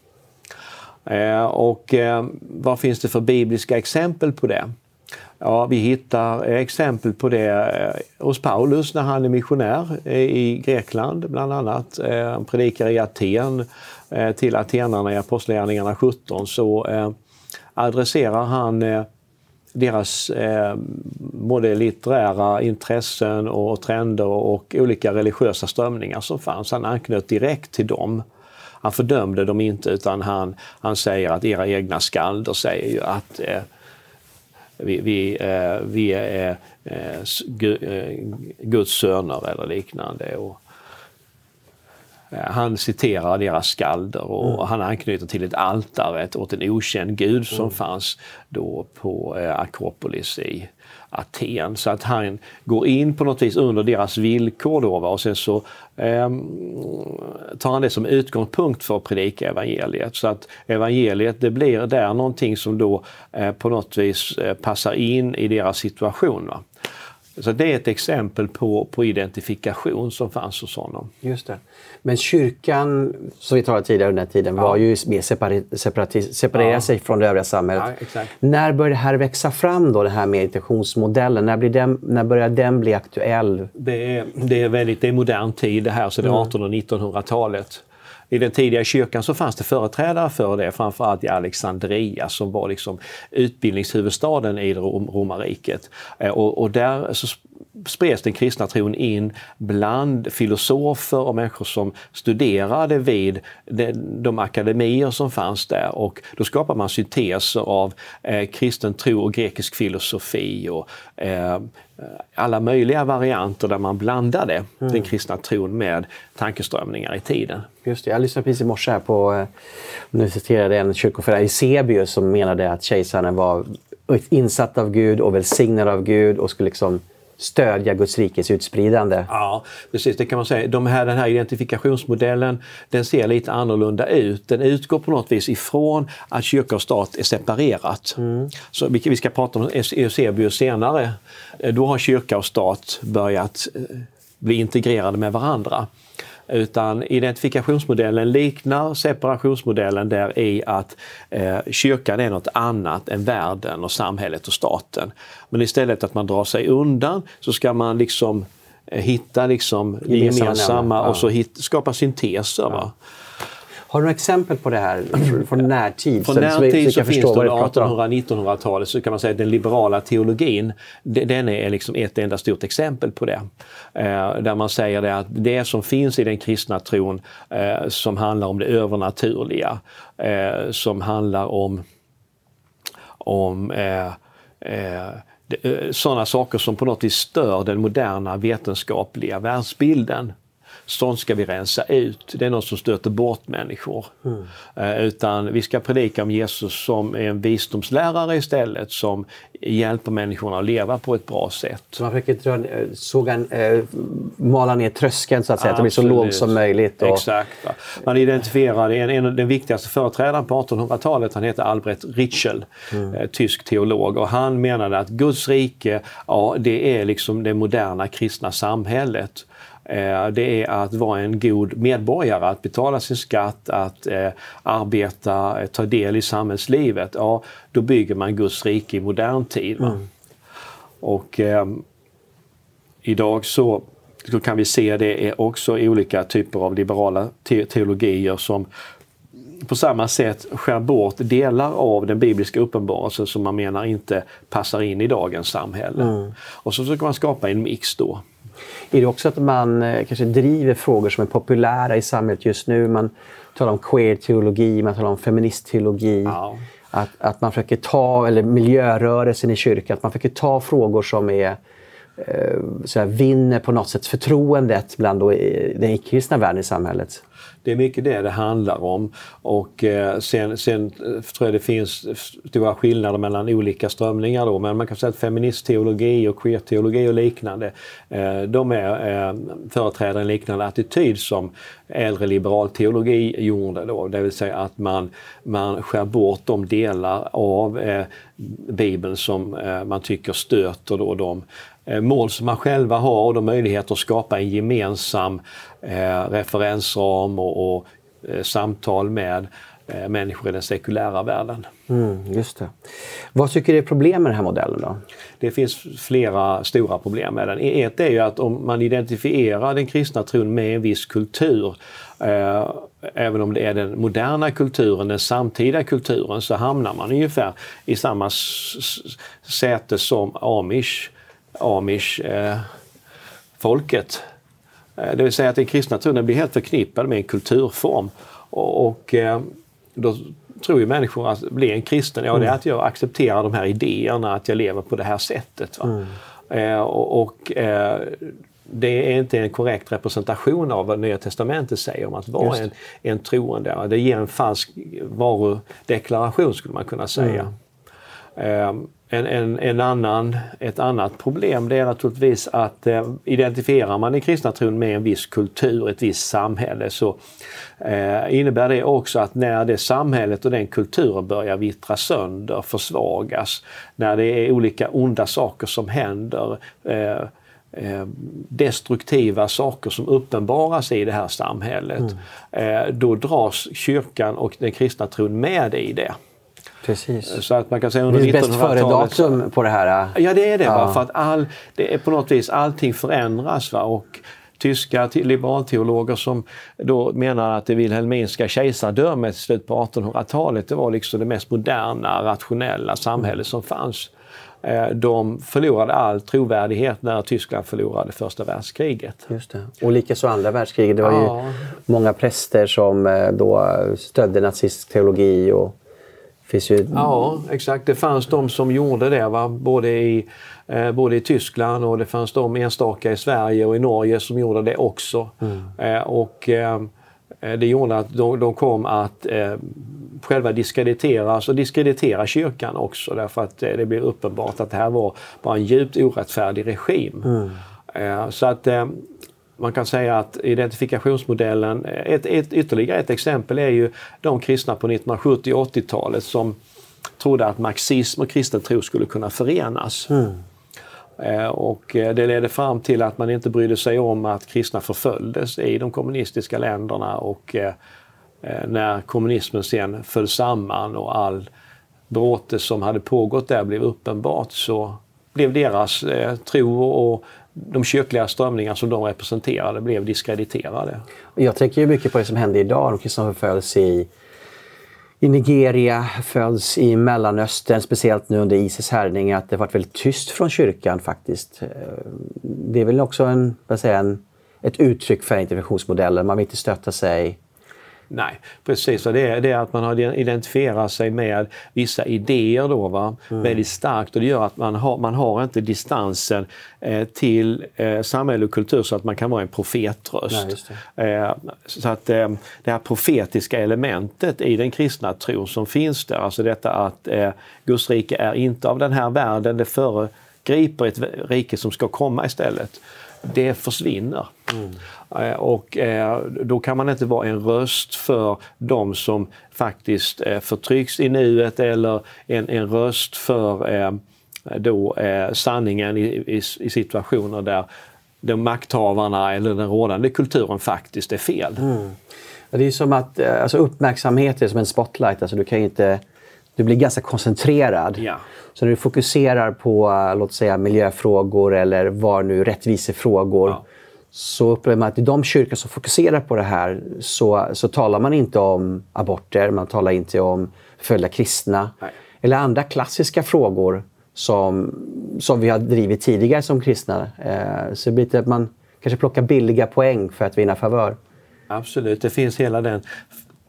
Eh, och eh, vad finns det för bibliska exempel på det? Ja, vi hittar exempel på det eh, hos Paulus när han är missionär eh, i Grekland bland annat. Eh, han predikar i Aten eh, till atenarna i Apostlagärningarna sjutton, så eh, adresserar han eh, deras eh, både litterära intressen och trender och olika religiösa strömningar som fanns. Han anknöt direkt till dem. Han fördömde dem inte, utan han, han säger att era egna skalder säger ju att eh, vi, vi, eh, vi är eh, Guds söner eller liknande. Och, eh, han citerar deras skalder och mm. han anknyter till ett altare åt en okänd gud som mm. fanns då på eh, Akropolis i Aten. Så att han går in på något vis under deras villkor då, va? Och sen så eh, tar han det som utgångspunkt för att predika evangeliet. Så att evangeliet, det blir där någonting som då eh, på något vis eh, passar in i deras situation, va? Så det är ett exempel på, på identifikation som fanns hos honom. Just det. Men kyrkan, som vi talade tidigare under den tiden, ja. var ju mer separ- separati- separera ja. sig från det övriga samhället. Ja, exakt. När började det här växa fram då, den här meditationsmodellen? När, blir den, när började den bli aktuell? Det är, det är väldigt, det är modern tid det här, så det är artonhundra- och nittonhundratalet. I den tidiga kyrkan så fanns det företrädare för det, framförallt i Alexandria som var liksom utbildningshuvudstaden i romarriket. Och, och där så spreds den kristna tron in bland filosofer och människor som studerade vid de, de akademier som fanns där. Och då skapar man synteser av eh, kristen tro och grekisk filosofi och eh, alla möjliga varianter där man blandade mm. den kristna tron med tankeströmningar i tiden. Just det, jag lyssnade precis i morse här på, nu citerade en kyrkofäder Eusebius som menade att kejsaren var insatt av Gud och välsignad av Gud och skulle liksom stödja Guds rikes utspridande. Ja, precis, det kan man säga. De här, den här identifikationsmodellen, den ser lite annorlunda ut. Den utgår på något vis ifrån att kyrka och stat är separerat. Mm. Så vi, vi ska prata om Eusebius senare. Då har kyrka och stat börjat bli integrerade med varandra. Utan identifikationsmodellen liknar separationsmodellen där i att eh, kyrkan är något annat än världen och samhället och staten. Men istället att man drar sig undan så ska man liksom eh, hitta liksom det gemensamma ja. och så hit, skapa synteser. Ja. Va? Har du några exempel på det här från närtid? Från närtid så, så finns det artonhundra- och nittonhundratalet så kan man säga att den liberala teologin, den är liksom ett enda stort exempel på det. Eh, där man säger det att det som finns i den kristna tron eh, som handlar om det övernaturliga, eh, som handlar om, om eh, eh, sådana saker som på något vis stör den moderna vetenskapliga världsbilden. Sånt ska vi rensa ut. Det är något som stöter bort människor. Mm. Eh, utan vi ska predika om Jesus som är en visdomslärare istället, som hjälper människorna att leva på ett bra sätt. Så man försöker såga, äh, mala ner tröskeln så att säga, att det blir så lågt som möjligt. Och... Exakt. Va? Man identifierade en, en av den viktigaste företrädaren på artonhundratalet, han heter Albrecht Ritschl, mm. eh, tysk teolog. Och han menade att Guds rike, ja, det är liksom det moderna kristna samhället. Det är att vara en god medborgare, att betala sin skatt, att eh, arbeta, ta del i samhällslivet. Ja, då bygger man Guds rike i modern tid. Mm. Och eh, idag så, så kan vi se det är också olika typer av liberala te- teologier som på samma sätt skär bort delar av den bibliska uppenbarelsen som man menar inte passar in i dagens samhälle. Mm. Och så försöker man skapa en mix då. Är det också att man eh, kanske driver frågor som är populära i samhället just nu? Man talar om queer-teologi, man talar om feministteologi. Ja. Att, att man försöker ta, eller miljörörelsen i kyrkan, att man försöker ta frågor som är eh, så här, vinner på något sätt förtroendet bland då, den icke-kristna världen i samhället. Det är mycket det det handlar om. Och eh, sen, sen tror jag det finns stora skillnader mellan olika strömningar då. Men man kan säga att feministteologi och queer-teologi och liknande, eh, de är eh, företräder en liknande attityd som äldre liberal teologi gjorde då. Det vill säga att man, man skär bort de delar av eh, Bibeln som eh, man tycker stöter då de mål som man själva har och de möjligheter att skapa en gemensam eh, referensram och, och eh, samtal med eh, människor i den sekulära världen. Mm, just det. Vad tycker du är problem med den här modellen då? Det finns flera stora problem med den. Ett är ju att om man identifierar den kristna tron med en viss kultur, eh, även om det är den moderna kulturen, den samtida kulturen, så hamnar man ungefär i samma s- s- säte som amish Amish eh, folket. Eh, det vill säga att den kristna tron blir helt förknippad med en kulturform. Och, och eh, då tror ju människor att bli en kristen, ja, det är att jag accepterar de här idéerna, att jag lever på det här sättet. Va? Mm. Eh, och och eh, det är inte en korrekt representation av vad Nya testamentet säger om att vara en, en troende. Det ger en falsk varudeklaration, skulle man kunna säga. Mm. Eh, En, en, en annan, ett annat problem det är naturligtvis att eh, identifierar man den kristna tron med en viss kultur, ett visst samhälle, så eh, innebär det också att när det samhället och den kulturen börjar vittra sönder, försvagas, när det är olika onda saker som händer, eh, eh, destruktiva saker som uppenbaras i det här samhället, mm. eh, då dras kyrkan och den kristna tron med i det. Precis. Så att man kan säga under det är bäst före datum på det här. Ja, det är det. Ja. Va? För att all, det är på något vis allting förändras. Va? Och tyska liberalteologer som då menar att det wilhelminska kejsardömet i slutet på artonhundratalet, det var liksom det mest moderna, rationella samhället som fanns. De förlorade all trovärdighet när Tyskland förlorade första världskriget. Just det. Och likaså andra världskriget. Det var ja. ju många präster som då stödde nazistisk teologi och Ju... Ja, exakt. Det fanns de som gjorde det, va? Både, i, eh, både i Tyskland, och det fanns de enstaka i Sverige och i Norge som gjorde det också. Mm. Eh, och eh, det gjorde att de, de kom att eh, själva diskrediteras och diskreditera kyrkan också, därför att eh, det blev uppenbart att det här var bara en djupt orättfärdig regim. Mm. Eh, så att eh, man kan säga att identifikationsmodellen, ett, ett, ytterligare ett exempel är ju de kristna på nittonhundrasjuttio- och åttiotalet som trodde att marxism och kristen tro skulle kunna förenas. Mm. Eh, och det ledde fram till att man inte brydde sig om att kristna förföljdes i de kommunistiska länderna, och eh, när kommunismen sen föll samman och all bråte som hade pågått där blev uppenbart, så blev deras eh, tro och de kyrkliga strömningar som de representerade blev diskrediterade. Jag tänker ju mycket på det som hände idag. De kristna följs i, i Nigeria, följs i Mellanöstern, speciellt nu under Isis härjning, att det varit väldigt tyst från kyrkan faktiskt. Det är väl också en, vad säger, en, ett uttryck för interventionsmodellen. Man vill inte stötta sig. Nej, precis. Och det är, det är att man har identifierat sig med vissa idéer då, va? Mm. Väldigt starkt, och det gör att man har, man har inte distansen eh, till eh, samhälle och kultur så att man kan vara en profetröst. Nej, just det. Eh, så att eh, det här profetiska elementet i den kristna tron som finns där, alltså detta att eh, Guds rike är inte av den här världen, det föregriper ett rike som ska komma istället. Det försvinner. Mm. Eh, och eh, då kan man inte vara en röst för de som faktiskt eh, förtrycks i nuet, eller en, en röst för eh, då, eh, sanningen i, i, i situationer där de makthavarna eller den rådande kulturen faktiskt är fel. Mm. Det är som att alltså, uppmärksamhet är som en spotlight. Alltså, du kan inte... Du blir ganska koncentrerad. Ja. Så när du fokuserar på, låt säga, miljöfrågor eller var nu rättvisefrågor, ja. så upplever man att i de kyrkor som fokuserar på det här så, så talar man inte om aborter, man talar inte om förföljda kristna. Nej. Eller andra klassiska frågor som, som vi har drivit tidigare som kristna. Eh, så det blir lite att man kanske plockar billiga poäng för att vinna favör. Absolut, det finns hela den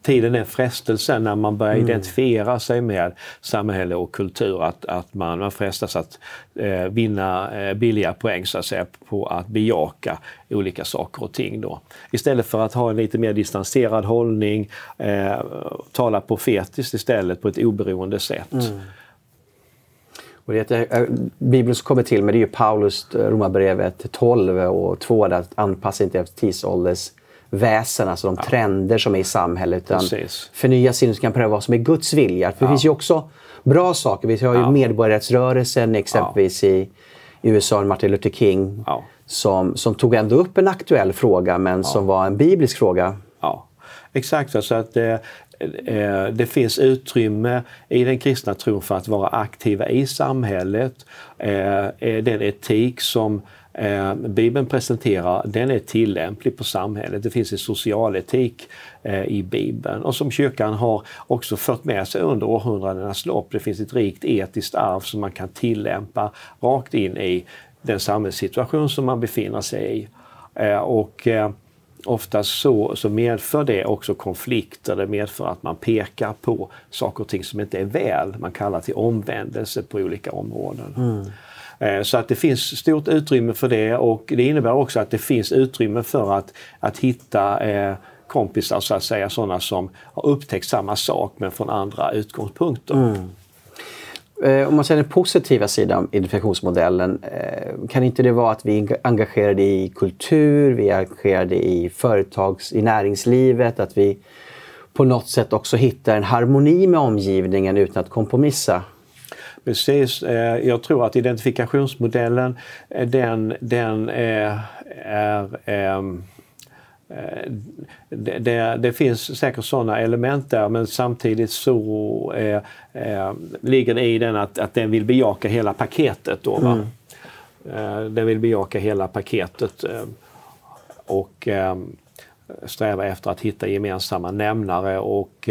tiden är frestelsen när man börjar Mm. identifiera sig med samhälle och kultur, att, att man, man frestas att eh, vinna eh, billiga poäng så att säga, på att bejaka olika saker och ting då. Istället för att ha en lite mer distanserad hållning, eh, tala profetiskt istället på ett oberoende sätt. Mm. Och det är, Bibeln som kommer till med det är ju Paulus Romarbrevet tolv och två, där anpassa inte efter tidsålders väsen, alltså de ja. trender som är i samhället, utan Precis. förnya sin kan pröva vad som är Guds vilja. För ja. det finns ju också bra saker. Vi har ju ja. medborgarrättsrörelsen exempelvis ja. i U S A, Martin Luther King, ja. som, som tog ändå upp en aktuell fråga, men ja. som var en biblisk fråga. Ja, exakt. Så att det, det finns utrymme i den kristna tron för att vara aktiva i samhället. Den etik som Eh, Bibeln presenterar, den är tillämplig på samhället. Det finns en socialetik eh, i Bibeln, och som kyrkan har också fört med sig under århundradenas lopp. Det finns ett rikt etiskt arv som man kan tillämpa rakt in i den samhällssituation som man befinner sig i. Eh, och eh, oftast så, så medför det också konflikter. Det medför att man pekar på saker och ting som inte är väl. Man kallar till omvändelse på olika områden. Mm. Så att det finns stort utrymme för det, och det innebär också att det finns utrymme för att, att hitta eh, kompisar, så att säga, sådana som har upptäckt samma sak men från andra utgångspunkter. Mm. Eh, om man ser den positiva sidan av identifikationsmodellen, eh, kan inte det vara att vi är engagerade i kultur, vi är engagerade i företags, i näringslivet, att vi på något sätt också hittar en harmoni med omgivningen utan att kompromissa? Precis. Jag tror att identifikationsmodellen, den, den är, är, är det, det, det finns säkert sådana element där, men samtidigt så är, är, ligger det i den att, att den vill bejaka hela paketet då, va? Mm. Den vill bejaka hela paketet och sträva efter att hitta gemensamma nämnare, och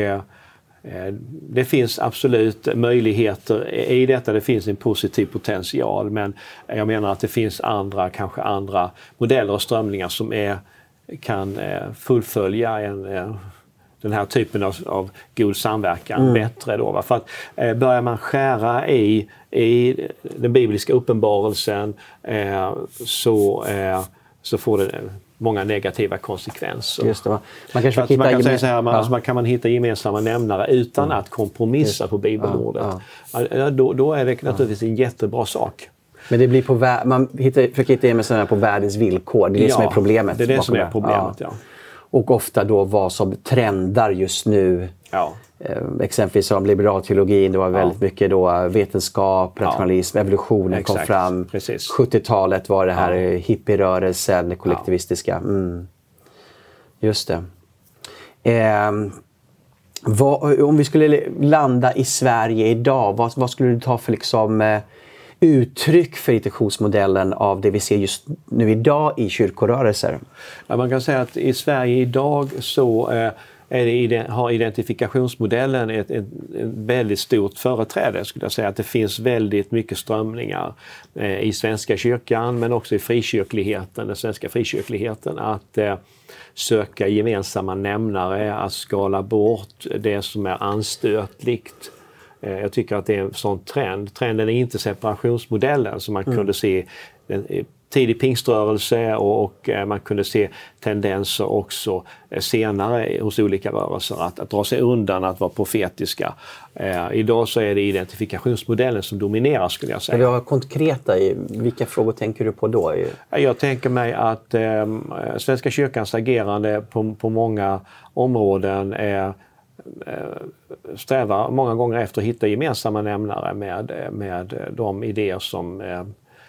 det finns absolut möjligheter i detta, det finns en positiv potential, men jag menar att det finns andra, kanske andra modeller och strömningar som är, kan fullfölja en, den här typen av, av god samverkan mm. bättre då. Va? För att eh, börjar man skära i, i den bibliska uppenbarelsen eh, så, eh, så får det många negativa konsekvenser. Just det, man kanske man kan geme- säga så här, man, ja. alltså man kan man hitta gemensamma nämnare utan mm. att kompromissa på bibelordet. Ja, ja. Då, då är det naturligtvis en jättebra sak. Men det blir på vä- man hittar, försöker hitta gemensamma på världens villkor. Det är det ja, som är problemet. Det är det som är problemet, ja. ja. Och ofta då vad som trendar just nu. Ja. Eh, exempelvis som liberalteologin, det var väldigt ja. mycket då vetenskap, rationalism, ja. evolutionen Exakt. kom fram. Precis. sjuttiotalet var det här ja. hippierörelsen, det kollektivistiska. Mm. Just det. Eh, vad, om vi skulle landa i Sverige idag, vad, vad skulle du ta för liksom, eh, uttryck för identifikationsmodellen av det vi ser just nu idag i kyrkorörelser? Ja, man kan säga att i Sverige idag så eh, är det, har identifikationsmodellen ett, ett, ett väldigt stort företräde. Skulle jag säga att det finns väldigt mycket strömningar eh, i Svenska kyrkan, men också i frikyrkligheten, den svenska frikyrkligheten, att eh, söka gemensamma nämnare, att skala bort det som är anstötligt. Eh, jag tycker att det är en sån trend. Trenden är inte separationsmodellen som man mm. kunde se den, tidig pingströrelse, och, och man kunde se tendenser också senare hos olika rörelser att, att dra sig undan, att vara profetiska. Eh, idag så är det identifikationsmodellen som dominerar, skulle jag säga. Ska vi vara konkreta i vilka frågor tänker du på då? Jag tänker mig att eh, Svenska kyrkans agerande på, på många områden är strävar många gånger efter att hitta gemensamma nämnare med, med de idéer som eh,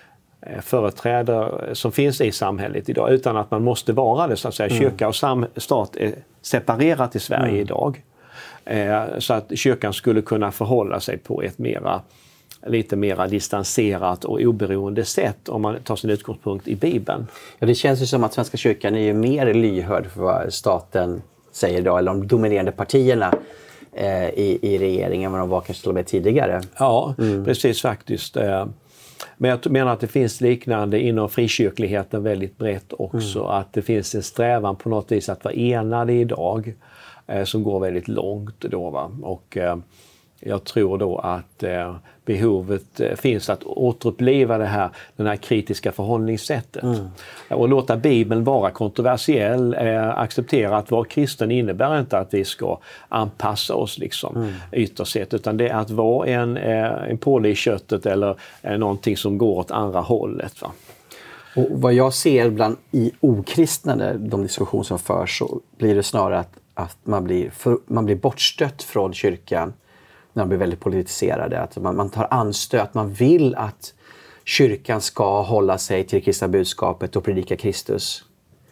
företräder, som finns i samhället idag, utan att man måste vara det, så att säga. Mm. Kyrka och sam- stat är separerat i Sverige mm. idag. Eh, så att kyrkan skulle kunna förhålla sig på ett mera, lite mera distanserat och oberoende sätt om man tar sin utgångspunkt i Bibeln. Ja, det känns ju som att Svenska kyrkan är ju mer lyhörd för vad staten säger idag, eller de dominerande partierna eh, i, i regeringen, vad de var kanske till och med tidigare. Ja, mm. precis faktiskt. Eh, Men jag menar att det finns liknande inom frikyrkligheten väldigt brett också. Mm. Att det finns en strävan på något vis att vara enade idag. eh, som går väldigt långt då, va? Och eh, jag tror då att eh, behovet eh, finns att återuppleva det här, den här kritiska förhållningssättet. Mm. Och låta Bibeln vara kontroversiell, eh, acceptera att vara kristen innebär inte att vi ska anpassa oss liksom, mm. ytterst sett, utan det är att vara en, eh, en påle i köttet eller eh, någonting som går åt andra hållet. Va? Och vad jag ser bland i okristna, de diskussioner som förs, så blir det snarare att, att man, blir för, man blir bortstött från kyrkan när de blir väldigt politiserade. Att man, man tar anstöt, man vill att kyrkan ska hålla sig till det kristna budskapet och predika Kristus.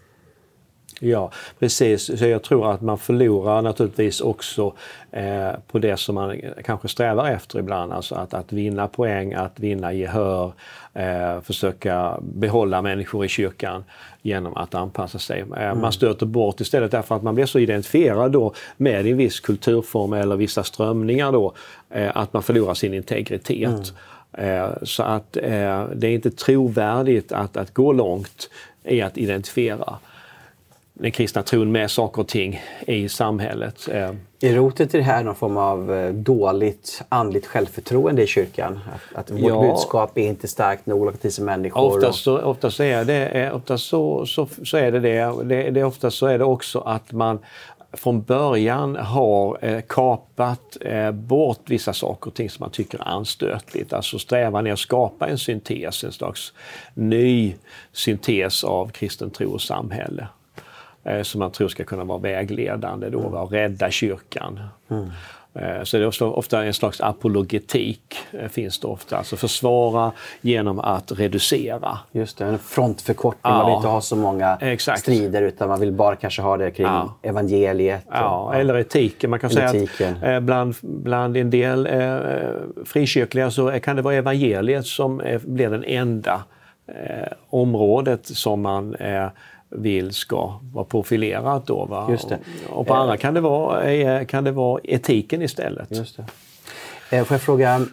Ja, precis. Så jag tror att man förlorar naturligtvis också eh, på det som man kanske strävar efter ibland. Alltså att, att vinna poäng, att vinna gehör, eh, försöka behålla människor i kyrkan genom att anpassa sig. Eh, mm. Man stöter bort istället därför att man blir så identifierad då med en viss kulturform eller vissa strömningar då, eh, att man förlorar sin integritet. Mm. Eh, så att eh, det är inte trovärdigt att, att gå långt i att identifiera den kristna tron med saker och ting i samhället. Är rotet i det här någon form av dåligt andligt självförtroende i kyrkan? Att, att vårt ja, budskap är inte starkt nog till sig människor? Oftast, så, oftast, så är det, oftast så, så, så är det det. det, det oftast så är det också att man från början har eh, kapat eh, bort vissa saker och ting som man tycker är anstötligt. Alltså strävan är att skapa en syntes, en slags ny syntes av kristen tro och samhälle. Som man tror ska kunna vara vägledande då, och rädda kyrkan. Mm. Så det är ofta en slags apologetik finns det ofta, alltså försvara genom att reducera. Just det, en frontförkortning, ja. Man vill inte ha så många Exakt. strider utan man vill bara kanske ha det kring ja. evangeliet. Och, ja, eller etiken. Man kan säga etiken. att bland, bland en del eh, frikyrkliga så kan det vara evangeliet som är, blir den enda eh, området som man eh, vill ska vara profilerat då, va? Just det. Och, och på eh, andra kan det vara kan det vara etiken istället. Just det. Eh, får jag fråga, eh,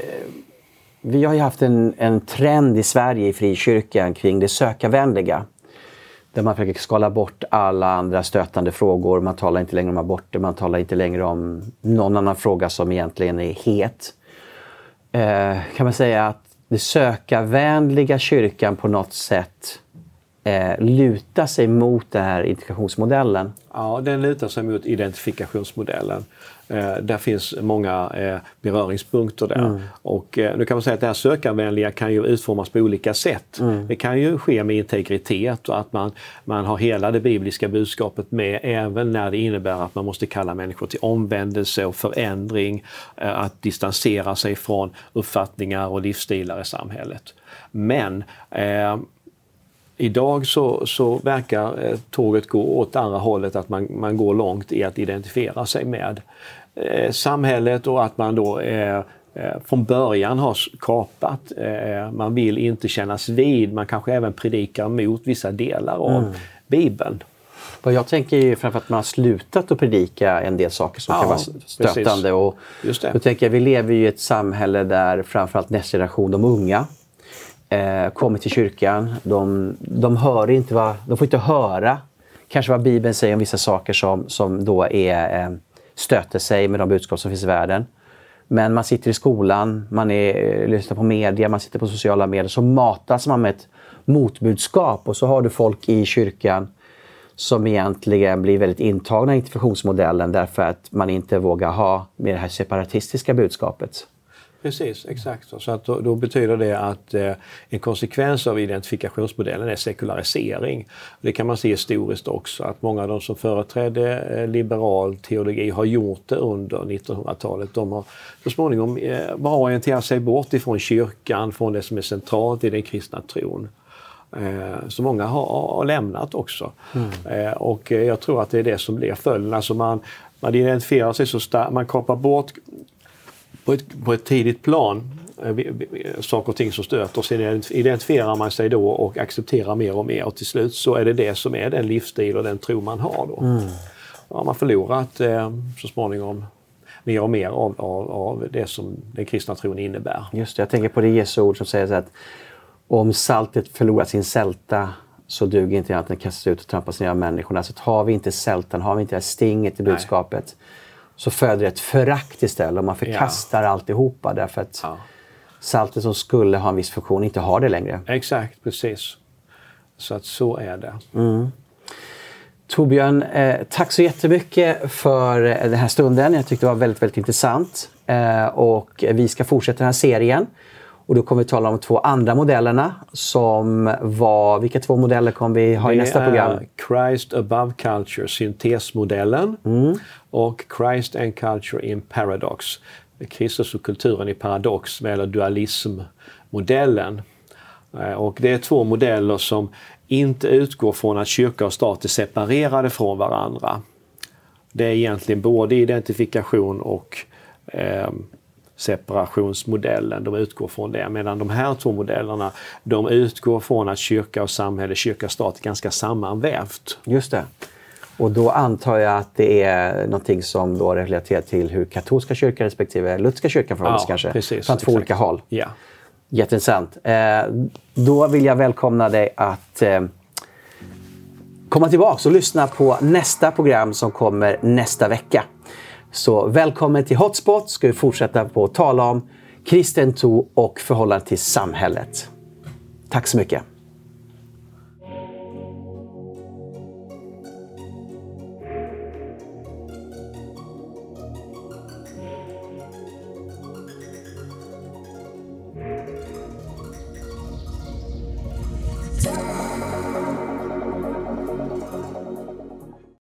vi har ju haft en, en trend i Sverige i frikyrkan kring det sökarvänliga, där man försöker skala bort alla andra stötande frågor. Man talar inte längre om aborter, man talar inte längre om någon annan fråga som egentligen är het. Eh, kan man säga att det sökarvänliga kyrkan på något sätt Eh, luta sig mot den här identifikationsmodellen? Ja, den lutar sig mot identifikationsmodellen. Eh, där finns många eh, beröringspunkter där. Mm. Och eh, nu kan man säga att det här sökarvänliga kan ju utformas på olika sätt. Mm. Det kan ju ske med integritet och att man, man har hela det bibliska budskapet med, även när det innebär att man måste kalla människor till omvändelse och förändring, eh, att distansera sig från uppfattningar och livsstilar i samhället. Men eh, idag så, så verkar eh, tåget gå åt andra hållet, att man, man går långt i att identifiera sig med eh, samhället och att man då eh, eh, från början har kapat. Eh, man vill inte kännas vid, man kanske även predikar mot vissa delar av mm. Bibeln. Vad jag tänker är framför att man har slutat att predika en del saker som ja, kan vara stötande. Och Just det. Då tänker jag, vi lever ju i ett samhälle där framförallt nästa generation, de unga, Eh, kommer till kyrkan, de, de hör inte vad, de får inte höra kanske vad Bibeln säger om vissa saker som, som då är, eh, stöter sig med de budskap som finns i världen. Men man sitter i skolan, man är, lyssnar på media, man sitter på sociala medier, så matas man med ett motbudskap, och så har du folk i kyrkan som egentligen blir väldigt intagna i identifikationsmodellen därför att man inte vågar ha med det här separatistiska budskapet. Precis, exakt. Så att då, då betyder det att eh, en konsekvens av identifikationsmodellen är sekularisering. Det kan man se historiskt också, att många av de som företrädde eh, liberal teologi har gjort det under nittonhundratalet. De har så småningom eh, orienterat sig bort ifrån kyrkan, från det som är centralt i den kristna tron. Eh, så många har, har lämnat också. Mm. Eh, och eh, jag tror att det är det som blir följden. Alltså man, man identifierar sig så starkt, man kapar bort På ett, på ett tidigt plan saker och ting som stöter, och sen identifierar man sig då och accepterar mer och mer, och till slut så är det det som är den livsstil och den tro man har då. Mm. Ja, man förlorat eh, så småningom mer och mer av, av, av det som den kristna tron innebär. Just det, jag tänker på det Jesu ord som säger så att om saltet förlorar sin sälta, så duger inte att den kastas ut och trampas ner av människorna. Så har vi inte sältan, har vi inte det här stinget i budskapet, nej, så föder det ett förakt istället och man förkastar ja. alltihopa därför att ja. saltet som skulle ha en viss funktion inte har det längre. Exakt, precis. Så att så är det. Mm. Torbjörn, eh, tack så jättemycket för den här stunden. Jag tyckte det var väldigt, väldigt intressant. Eh, och vi ska fortsätta den här serien. Och då kommer vi tala om två andra modellerna som var... Vilka två modeller kommer vi ha i det nästa program? Christ Above Culture, syntesmodellen. Mm. Och Christ and Culture in Paradox. Kristus och kulturen i paradox, eller dualismmodellen. Eh, och det är två modeller som inte utgår från att kyrka och stat är separerade från varandra. Det är egentligen både identifikation och eh, separationsmodellen. De utgår från det. Medan de här två modellerna, de utgår från att kyrka och samhälle, kyrka och stat är ganska sammanvävt. Just det. Och då antar jag att det är någonting som då relaterar till hur katolska kyrkan respektive lutherska kyrkan förhåller sig ja, kanske. Precis, från två olika håll. Ja. Jätteintressant. Eh, då vill jag välkomna dig att eh, komma tillbaka och lyssna på nästa program som kommer nästa vecka. Så välkommen till Hotspot. Ska vi fortsätta på att tala om kristen tro och förhållande till samhället. Tack så mycket. Yeah.